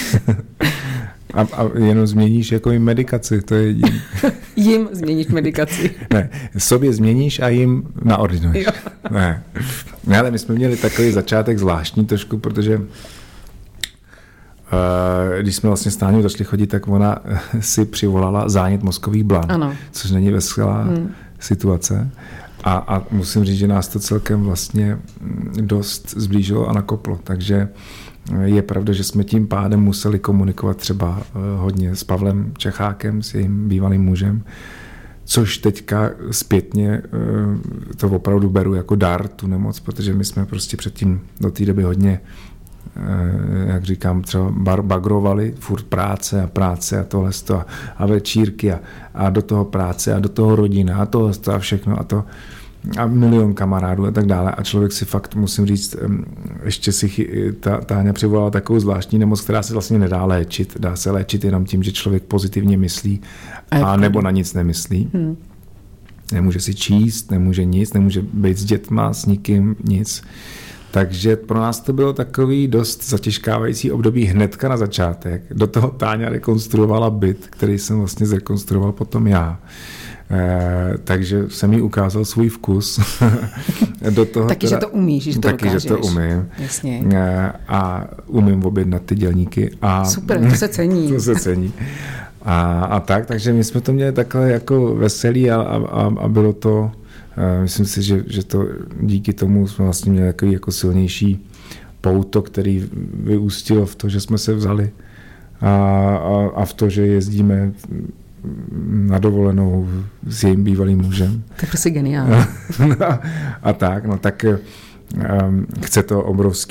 A jenom změníš jako jim medikaci, to je jediný. Jim změníš medikaci. Ne, sobě změníš a jim naordinuješ. Ne, ale my jsme měli takový začátek zvláštní trošku, protože když jsme vlastně s Táňou začali chodit, tak ona si přivolala zánět mozkových blan, ano. Což není veselá situace. A musím říct, že nás to celkem vlastně dost zblížilo a nakoplo. Takže je pravda, že jsme tím pádem museli komunikovat třeba hodně s Pavlem Čechákem, s jejím bývalým mužem, což teďka zpětně to opravdu beru jako dar, tu nemoc, protože my jsme prostě předtím do té doby hodně, jak říkám, třeba bagrovali, furt práce a tohle a večírky a do toho práce a do toho rodina a tohle a všechno a milion kamarádů a tak dále. A člověk si fakt, musím říct, ještě si Táňa přivolala takovou zvláštní nemoc, která se vlastně nedá léčit. Dá se léčit jenom tím, že člověk pozitivně myslí a nebo na nic nemyslí. Nemůže si číst, nemůže nic, nemůže být s dětma, s nikým, nic. Takže pro nás to bylo takový dost zatěžkávající období hnedka na začátek. Do toho Táňa rekonstruovala byt, který jsem vlastně zrekonstruoval potom já. Takže jsem jí ukázal svůj vkus. Do toho taky, že to umíš, že to taky, dokážeš. Že to umím. Jasně. A umím objednat ty dělníky. Super, to se cení. To se cení. A tak, takže my jsme to měli takhle jako veselý a bylo to, myslím si, že to díky tomu jsme vlastně měli takový jako silnější pouto, který vyústilo v to, že jsme se vzali a v to, že jezdíme na dovolenou s jejím bývalým mužem. To je prostě geniální. A tak chce to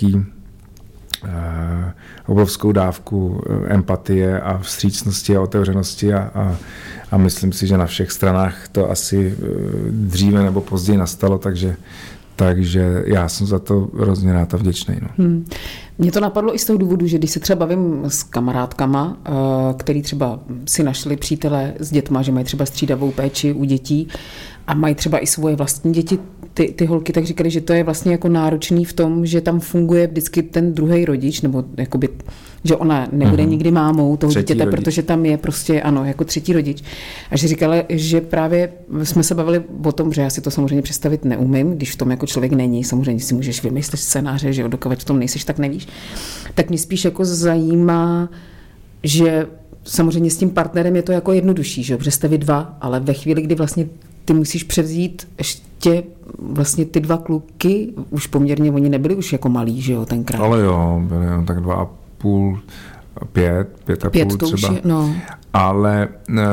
obrovskou dávku empatie a vstřícnosti a otevřenosti a myslím si, že na všech stranách to asi dříve nebo později nastalo, takže já jsem za to hrozně rád a vděčný. No. Mně to napadlo i z toho důvodu, že když se třeba bavím s kamarádkama, který třeba si našli přítele s dětma, že mají třeba střídavou péči u dětí a mají třeba i svoje vlastní děti, ty holky, tak říkali, že to je vlastně jako náročný v tom, že tam funguje vždycky ten druhý rodič, nebo jakoby, že ona nebude nikdy mámou toho dítěte, protože tam je prostě, ano, jako třetí rodič. A že říkala, že právě jsme se bavili o tom, že já si to samozřejmě představit neumím, když v tom jako člověk není, samozřejmě si můžeš vymyslet scénáře, že dokud v tom nejseš, tak nevíš. Tak mě spíš jako zajímá, že samozřejmě s tím partnerem je to jako jednodušší, že protože jste vy dva, ale ve chvíli, kdy vlastně ty musíš převzít ještě vlastně ty 2 kluky, už poměrně, oni nebyli už jako malí, že jo, tenkrát. Ale jo, byli jenom tak 2,5, 5,5 třeba. Je, no. Ale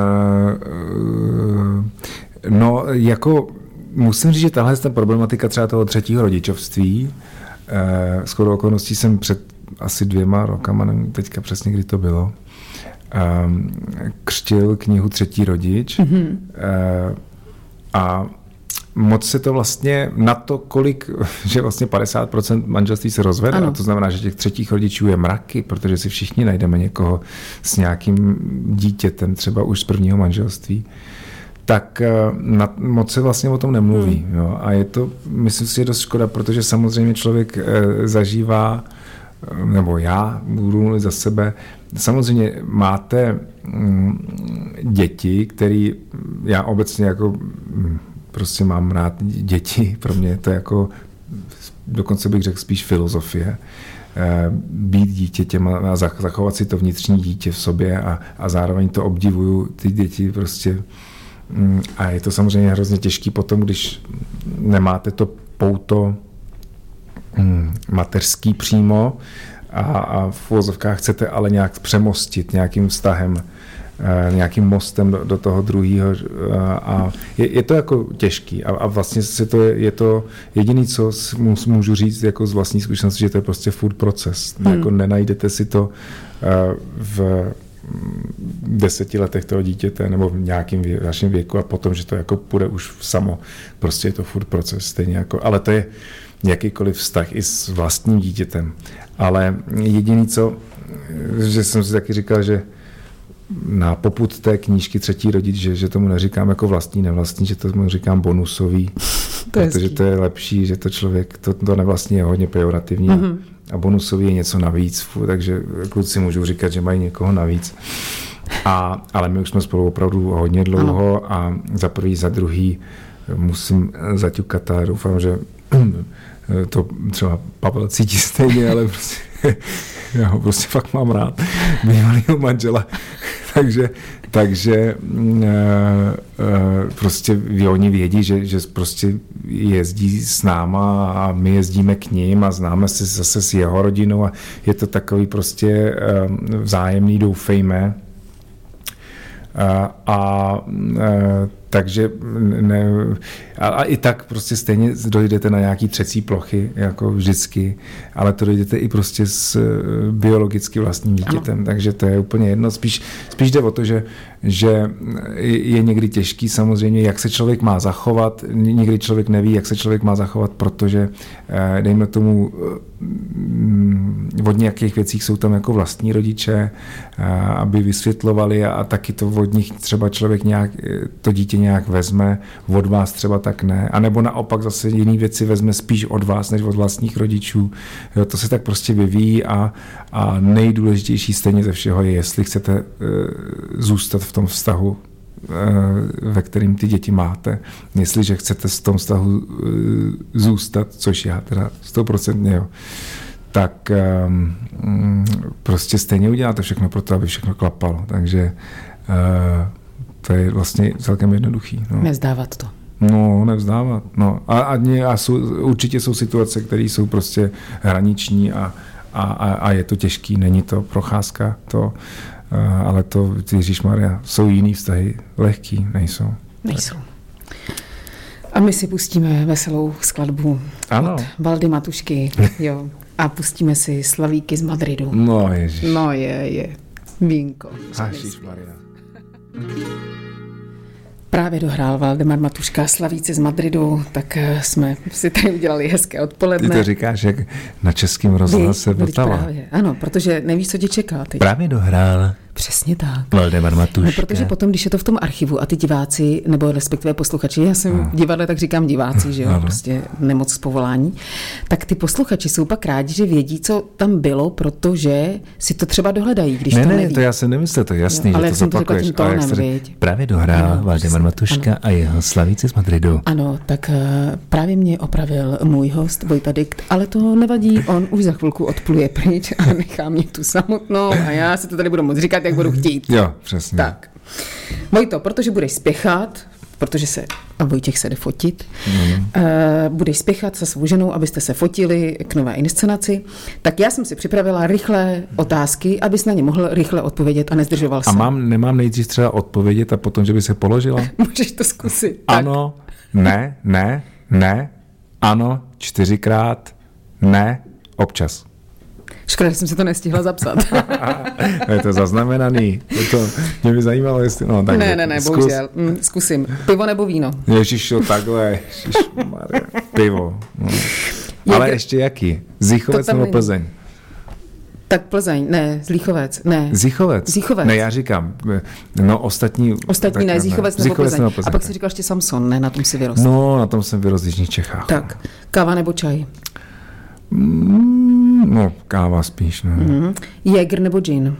no, jako musím říct, že tahle problematika třeba toho 3. rodičovství, shodou okolností jsem před asi 2 rokama, nevím teďka přesně, kdy to bylo, křtil knihu Třetí rodič a moc se to vlastně na to, kolik, že vlastně 50% manželství se rozvede, a to znamená, že těch třetích rodičů je mraky, protože si všichni najdeme někoho s nějakým dítětem, třeba už z prvního manželství, tak moc se vlastně o tom nemluví. Jo. A je to, myslím si, je dost škoda, protože samozřejmě člověk zažívá, nebo já budu mluvit za sebe, samozřejmě máte děti, který já obecně jako prostě mám rád děti, pro mě je to jako, dokonce bych řekl spíš filozofie, být dítětěm a zachovat si to vnitřní dítě v sobě a zároveň to obdivuju, ty děti prostě. A je to samozřejmě hrozně těžký potom, když nemáte to pouto mateřský přímo a v uvozovkách chcete ale nějak přemostit nějakým vztahem, nějakým mostem do toho druhého a je to jako těžký a vlastně je to jediný, co můžu říct jako z vlastní zkušenosti, že to je prostě furt proces. Jako nenajdete si to v 10 letech toho dítěte nebo v nějakém vašem věku a potom, že to jako půjde už samo. Prostě je to furt proces stejně jako, ale to je jakýkoliv vztah i s vlastním dítětem. Ale jediný, že jsem si taky říkal, že na popud té knížky Třetí rodič, že tomu neříkám jako vlastní, nevlastní, že tomu říkám bonusový, protože to je lepší, že to člověk, to nevlastní je hodně pejorativní a bonusový je něco navíc, takže kluci můžou říkat, že mají někoho navíc. Ale my už jsme spolu opravdu hodně dlouho a za prvý, za druhý musím zaťukat a doufám, že to třeba Pavel cítí stejně, ale prostě já ho prostě fakt mám rád, bývalýho manžela, takže prostě oni vědí, že prostě jezdí s náma a my jezdíme k ním a známe se zase s jeho rodinou a je to takový prostě vzájemný, doufejme. Takže a i tak prostě stejně dojdete na nějaký třecí plochy, jako vždycky, ale to dojdete i prostě s biologicky vlastním dítětem, takže to je úplně jedno. Spíš jde o to, že je někdy těžký samozřejmě, jak se člověk má zachovat, někdy člověk neví, jak se člověk má zachovat, protože dejme tomu od nějakých věcích jsou tam jako vlastní rodiče, aby vysvětlovali a taky to od nich třeba člověk nějak, to dítě nějak vezme, od vás třeba tak ne, anebo naopak zase jiný věci vezme spíš od vás, než od vlastních rodičů. Jo, to se tak prostě vyvíjí a nejdůležitější stejně ze všeho je, jestli chcete zůstat v tom vztahu, ve kterým ty děti máte. Jestliže chcete v tom vztahu zůstat, což já teda 100%, jo, tak prostě stejně uděláte všechno pro to, aby všechno klapalo. Takže to je vlastně celkem jednoduchý. No. Nevzdávat to. No, nevzdávat. No. Určitě jsou situace, které jsou prostě hraniční a je to těžký, není to procházka, ale to, ježišmarja, jsou jiný vztahy, lehký, nejsou. A my si pustíme veselou skladbu od Valdy Matušky, jo, a pustíme si Slavíky z Madridu. No ježiš. No je. Vínko. Ježišmarja. Právě dohrál Valdemar Matuška Slavíci z Madridu, tak jsme si tady udělali hezké odpoledne. Ty to říkáš, jak na Českém rozhlase Vltava. Ano, protože nevíš, co tě čeká teď. Právě dohrál. Přesně tak. Valdemar Matuška. No, protože potom, když je to v tom archivu a ty diváci, nebo respektive posluchači, já jsem divadle, tak říkám diváci, že jo, prostě nemoc z povolání, tak ty posluchači jsou pak rádi, že vědí, co tam bylo, protože si to třeba dohledají, když to neví. Ne, to já jsem nemyslel, to je jasný, jo, že to zopakuješ. Právě dohrál Valdemar Matuška a jeho Slavíci z Madridu. Ano, tak právě mě opravil můj host Vojta Dikt, ale to nevadí, on už za chvilku odpluje pryč a nechá mě tu samotnou a já si to tady budu moc říkat, jak budu chtít. Jo, přesně. Tak. Vojto, protože budeš spěchat, protože a Vojtěch se jde fotit, budeš spěchat se svou ženou, abyste se fotili k nové inscenaci, tak já jsem si připravila rychlé otázky, abys na ně mohl rychle odpovědět a nezdržoval se. A nemám nejdřív třeba odpovědět a potom, že by se položila? Můžeš to zkusit. Ano, tak. Ne, ano, 4krát, ne, občas. Škoda, že jsem si to nestihla zapsat. Je to zaznamenaný. Mě by zajímalo, jestli... No, tak ne, bohužel. Zkusím. Pivo nebo víno? Ježišo, takhle. Ježišmarja. Pivo. No. Ale ještě jaký? Zíchovec nebo Plzeň? Tak Plzeň, ne, Zlíchovec, ne. Zíchovec? Ne, já říkám, no ostatní ne, Zíchovec nebo Plzeň. A pak si říkal ještě Samson, ne, na tom si vyrostl. No, na tom jsem vyrostl v Jižních Čechách. Tak, káva nebo čaj? No, káva spíš, no. Jäger nebo gin?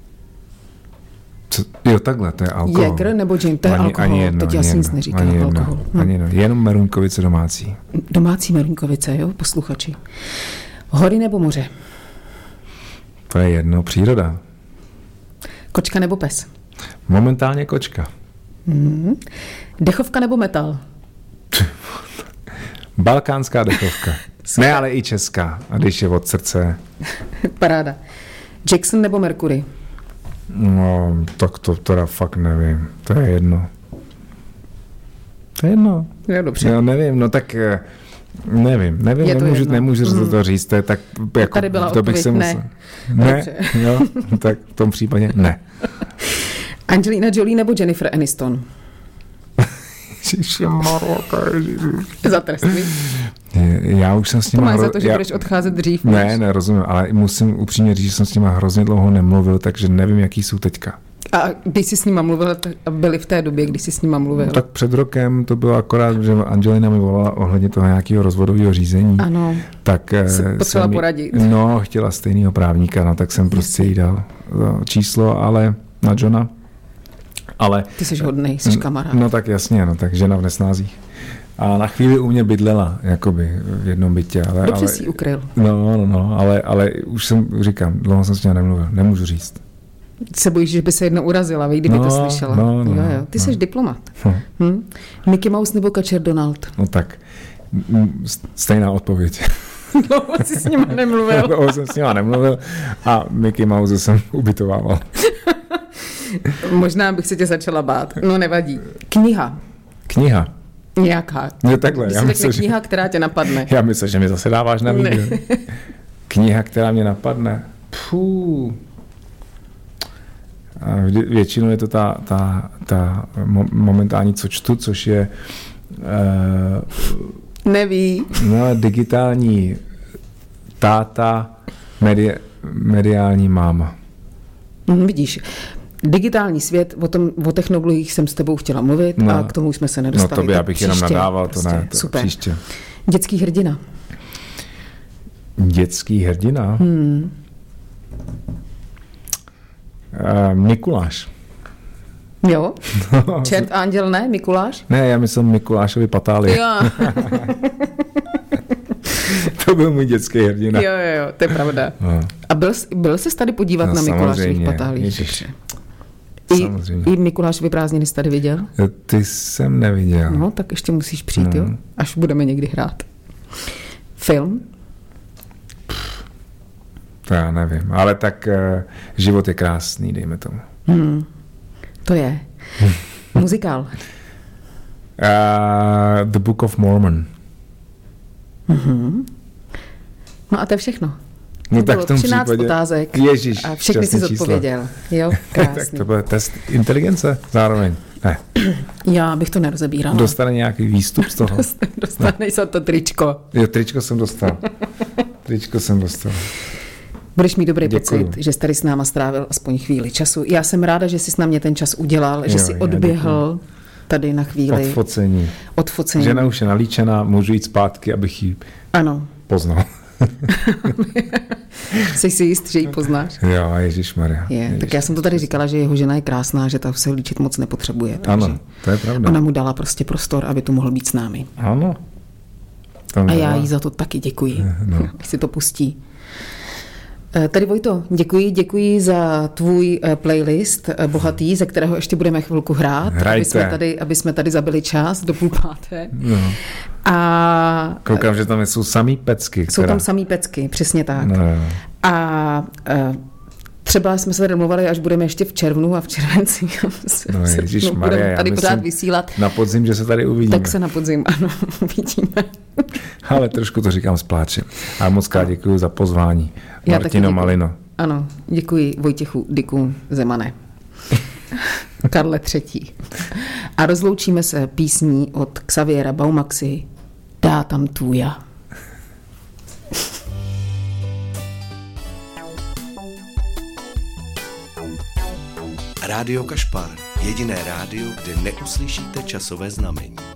Jo, takhle, to je alkohol. Jäger nebo gin, to je alkohol. Ani jedno, teď já si nic neříkám, ani alkohol. Ani jedno, jenom Merunkovice domácí. Domácí Merunkovice, jo, posluchači. Hory nebo moře? To je jedno, příroda. Kočka nebo pes? Momentálně kočka. Dechovka nebo metal? Balkánská dechovka. Ne, ale i česká. A když je od srdce. Paráda. Jackson nebo Mercury? No, tak to teda fakt nevím. To je jedno. Jo, dobře. Já nevím, no tak... Nevím, nemůžu to říct, to je tak, jako, tady byla to bych odpověď, se musel... Ne, jo, tak v tom případě ne. Angelina Jolie nebo Jennifer Aniston? Za trest, Já už jsem s nima... To máš za to, že budeš odcházet dřív. Ne, rozumím, ale musím upřímně říct, že jsem s nima hrozně dlouho nemluvil, takže nevím, jaký jsou teďka. A když jsi s nima mluvil, byli v té době, kdy jsi s nima mluvil? No, tak před rokem to bylo akorát, že Angelina mi volala ohledně toho nějakého rozvodového řízení. Ano, tak potřeba poradit. No, chtěla stejného právníka, no tak jsem prostě jí dal číslo, ale na Johna. Ale, ty jsi hodnej, jsi kamarád. No tak jasně, no tak žena v nesnázích. A na chvíli u mě bydlela, jakoby v jednom bytě. Dobře jsi ji ukryl. No, ale už jsem, říkám, dlouho jsem s tím nemluvil, nemůžu říct. Se bojíš, že by se jedna urazila, víš, kdyby to slyšela. No, jo. Ty jsi diplomat. Mickey Mouse nebo Kačer Donald? No tak, stejná odpověď. Dlouho jsi s nima nemluvil. Dlouho jsem s nima nemluvil a Mickey Mouse jsem ubytovával. Možná bych se tě začala bát. No nevadí. Kniha. Nějaká. No takhle. Já myslím, kniha, která tě napadne. Já myslím, že mi zase dáváš na výběr. Kniha, která mě napadne. Většinou je to ta momentální, co čtu, což je neví. No, digitální táta, mediální máma. Vidíš, digitální svět, o technologiích jsem s tebou chtěla mluvit a k tomu jsme se nedostali. No to by já bych jenom nadával, prostě, to ne, to super. Příště. Dětský hrdina. Dětský hrdina? Mikuláš. Jo? Čert anděl ne? Mikuláš? Ne, já myslím Mikulášovi patálie. Jo. To byl můj dětský hrdina. Jo, to je pravda. No. A byl jsi tady podívat na Mikulášových patálích? I Mikulášovy prázdniny jsi tady viděl? Ty jsem neviděl. No, tak ještě musíš přijít, jo? Až budeme někdy hrát. Film? To já nevím, ale tak život je krásný, dejme tomu. To je. Muzikál. The Book of Mormon. No a to je všechno. No tak v tom 13 případě... otázek. Ježíš, a všechny jsi zodpověděl. Jo, krásný. Tak to byl test inteligence zároveň. Ne. Já bych to nerozebírala. Dostane nějaký výstup z toho? Dostaneš za to tričko. Jo, tričko jsem dostal. Budeš mít dobrý pocit, že jsi tady s náma strávil aspoň chvíli času. Já jsem ráda, že jsi na mě ten čas udělal, že jsi odběhl tady na chvíli. Odfocení. Žena už je nalíčená, můžu jít zpátky, abych ji poznal. Jsi si jist, že ji poznáš? Jo, ježišmarja. Tak já jsem to tady říkala, že jeho žena je krásná, že ta se líčit moc nepotřebuje. Ano, to je pravda. Ona mu dala prostě prostor, aby tu mohl být s námi. Ano. A já jí za to taky děkuji, když si to pustí. Tady Vojto, děkuji za tvůj playlist bohatý, ze kterého ještě budeme chvilku hrát, aby jsme tady zabili čas do 5:30. No. A koukám, že tam jsou samý pecky. Jsou tam samý pecky, přesně tak. No. A třeba jsme se tady domluvali, až budeme ještě v červnu a v červenci. No ježišmarja, tady já pořád myslím vysílat. Na podzim, že se tady uvidíme. Tak se na podzim, ano, uvidíme. Ale trošku to říkám s pláčem. A moc krát děkuji za pozvání. Martino Malino. Ano, děkuji Vojtěchu Diku Zemane. Karle III. A rozloučíme se písní od Xaviera Baumaxy Dá tam tůja. Rádio Kašpar, jediné rádio, kde neuslyšíte časové znamení.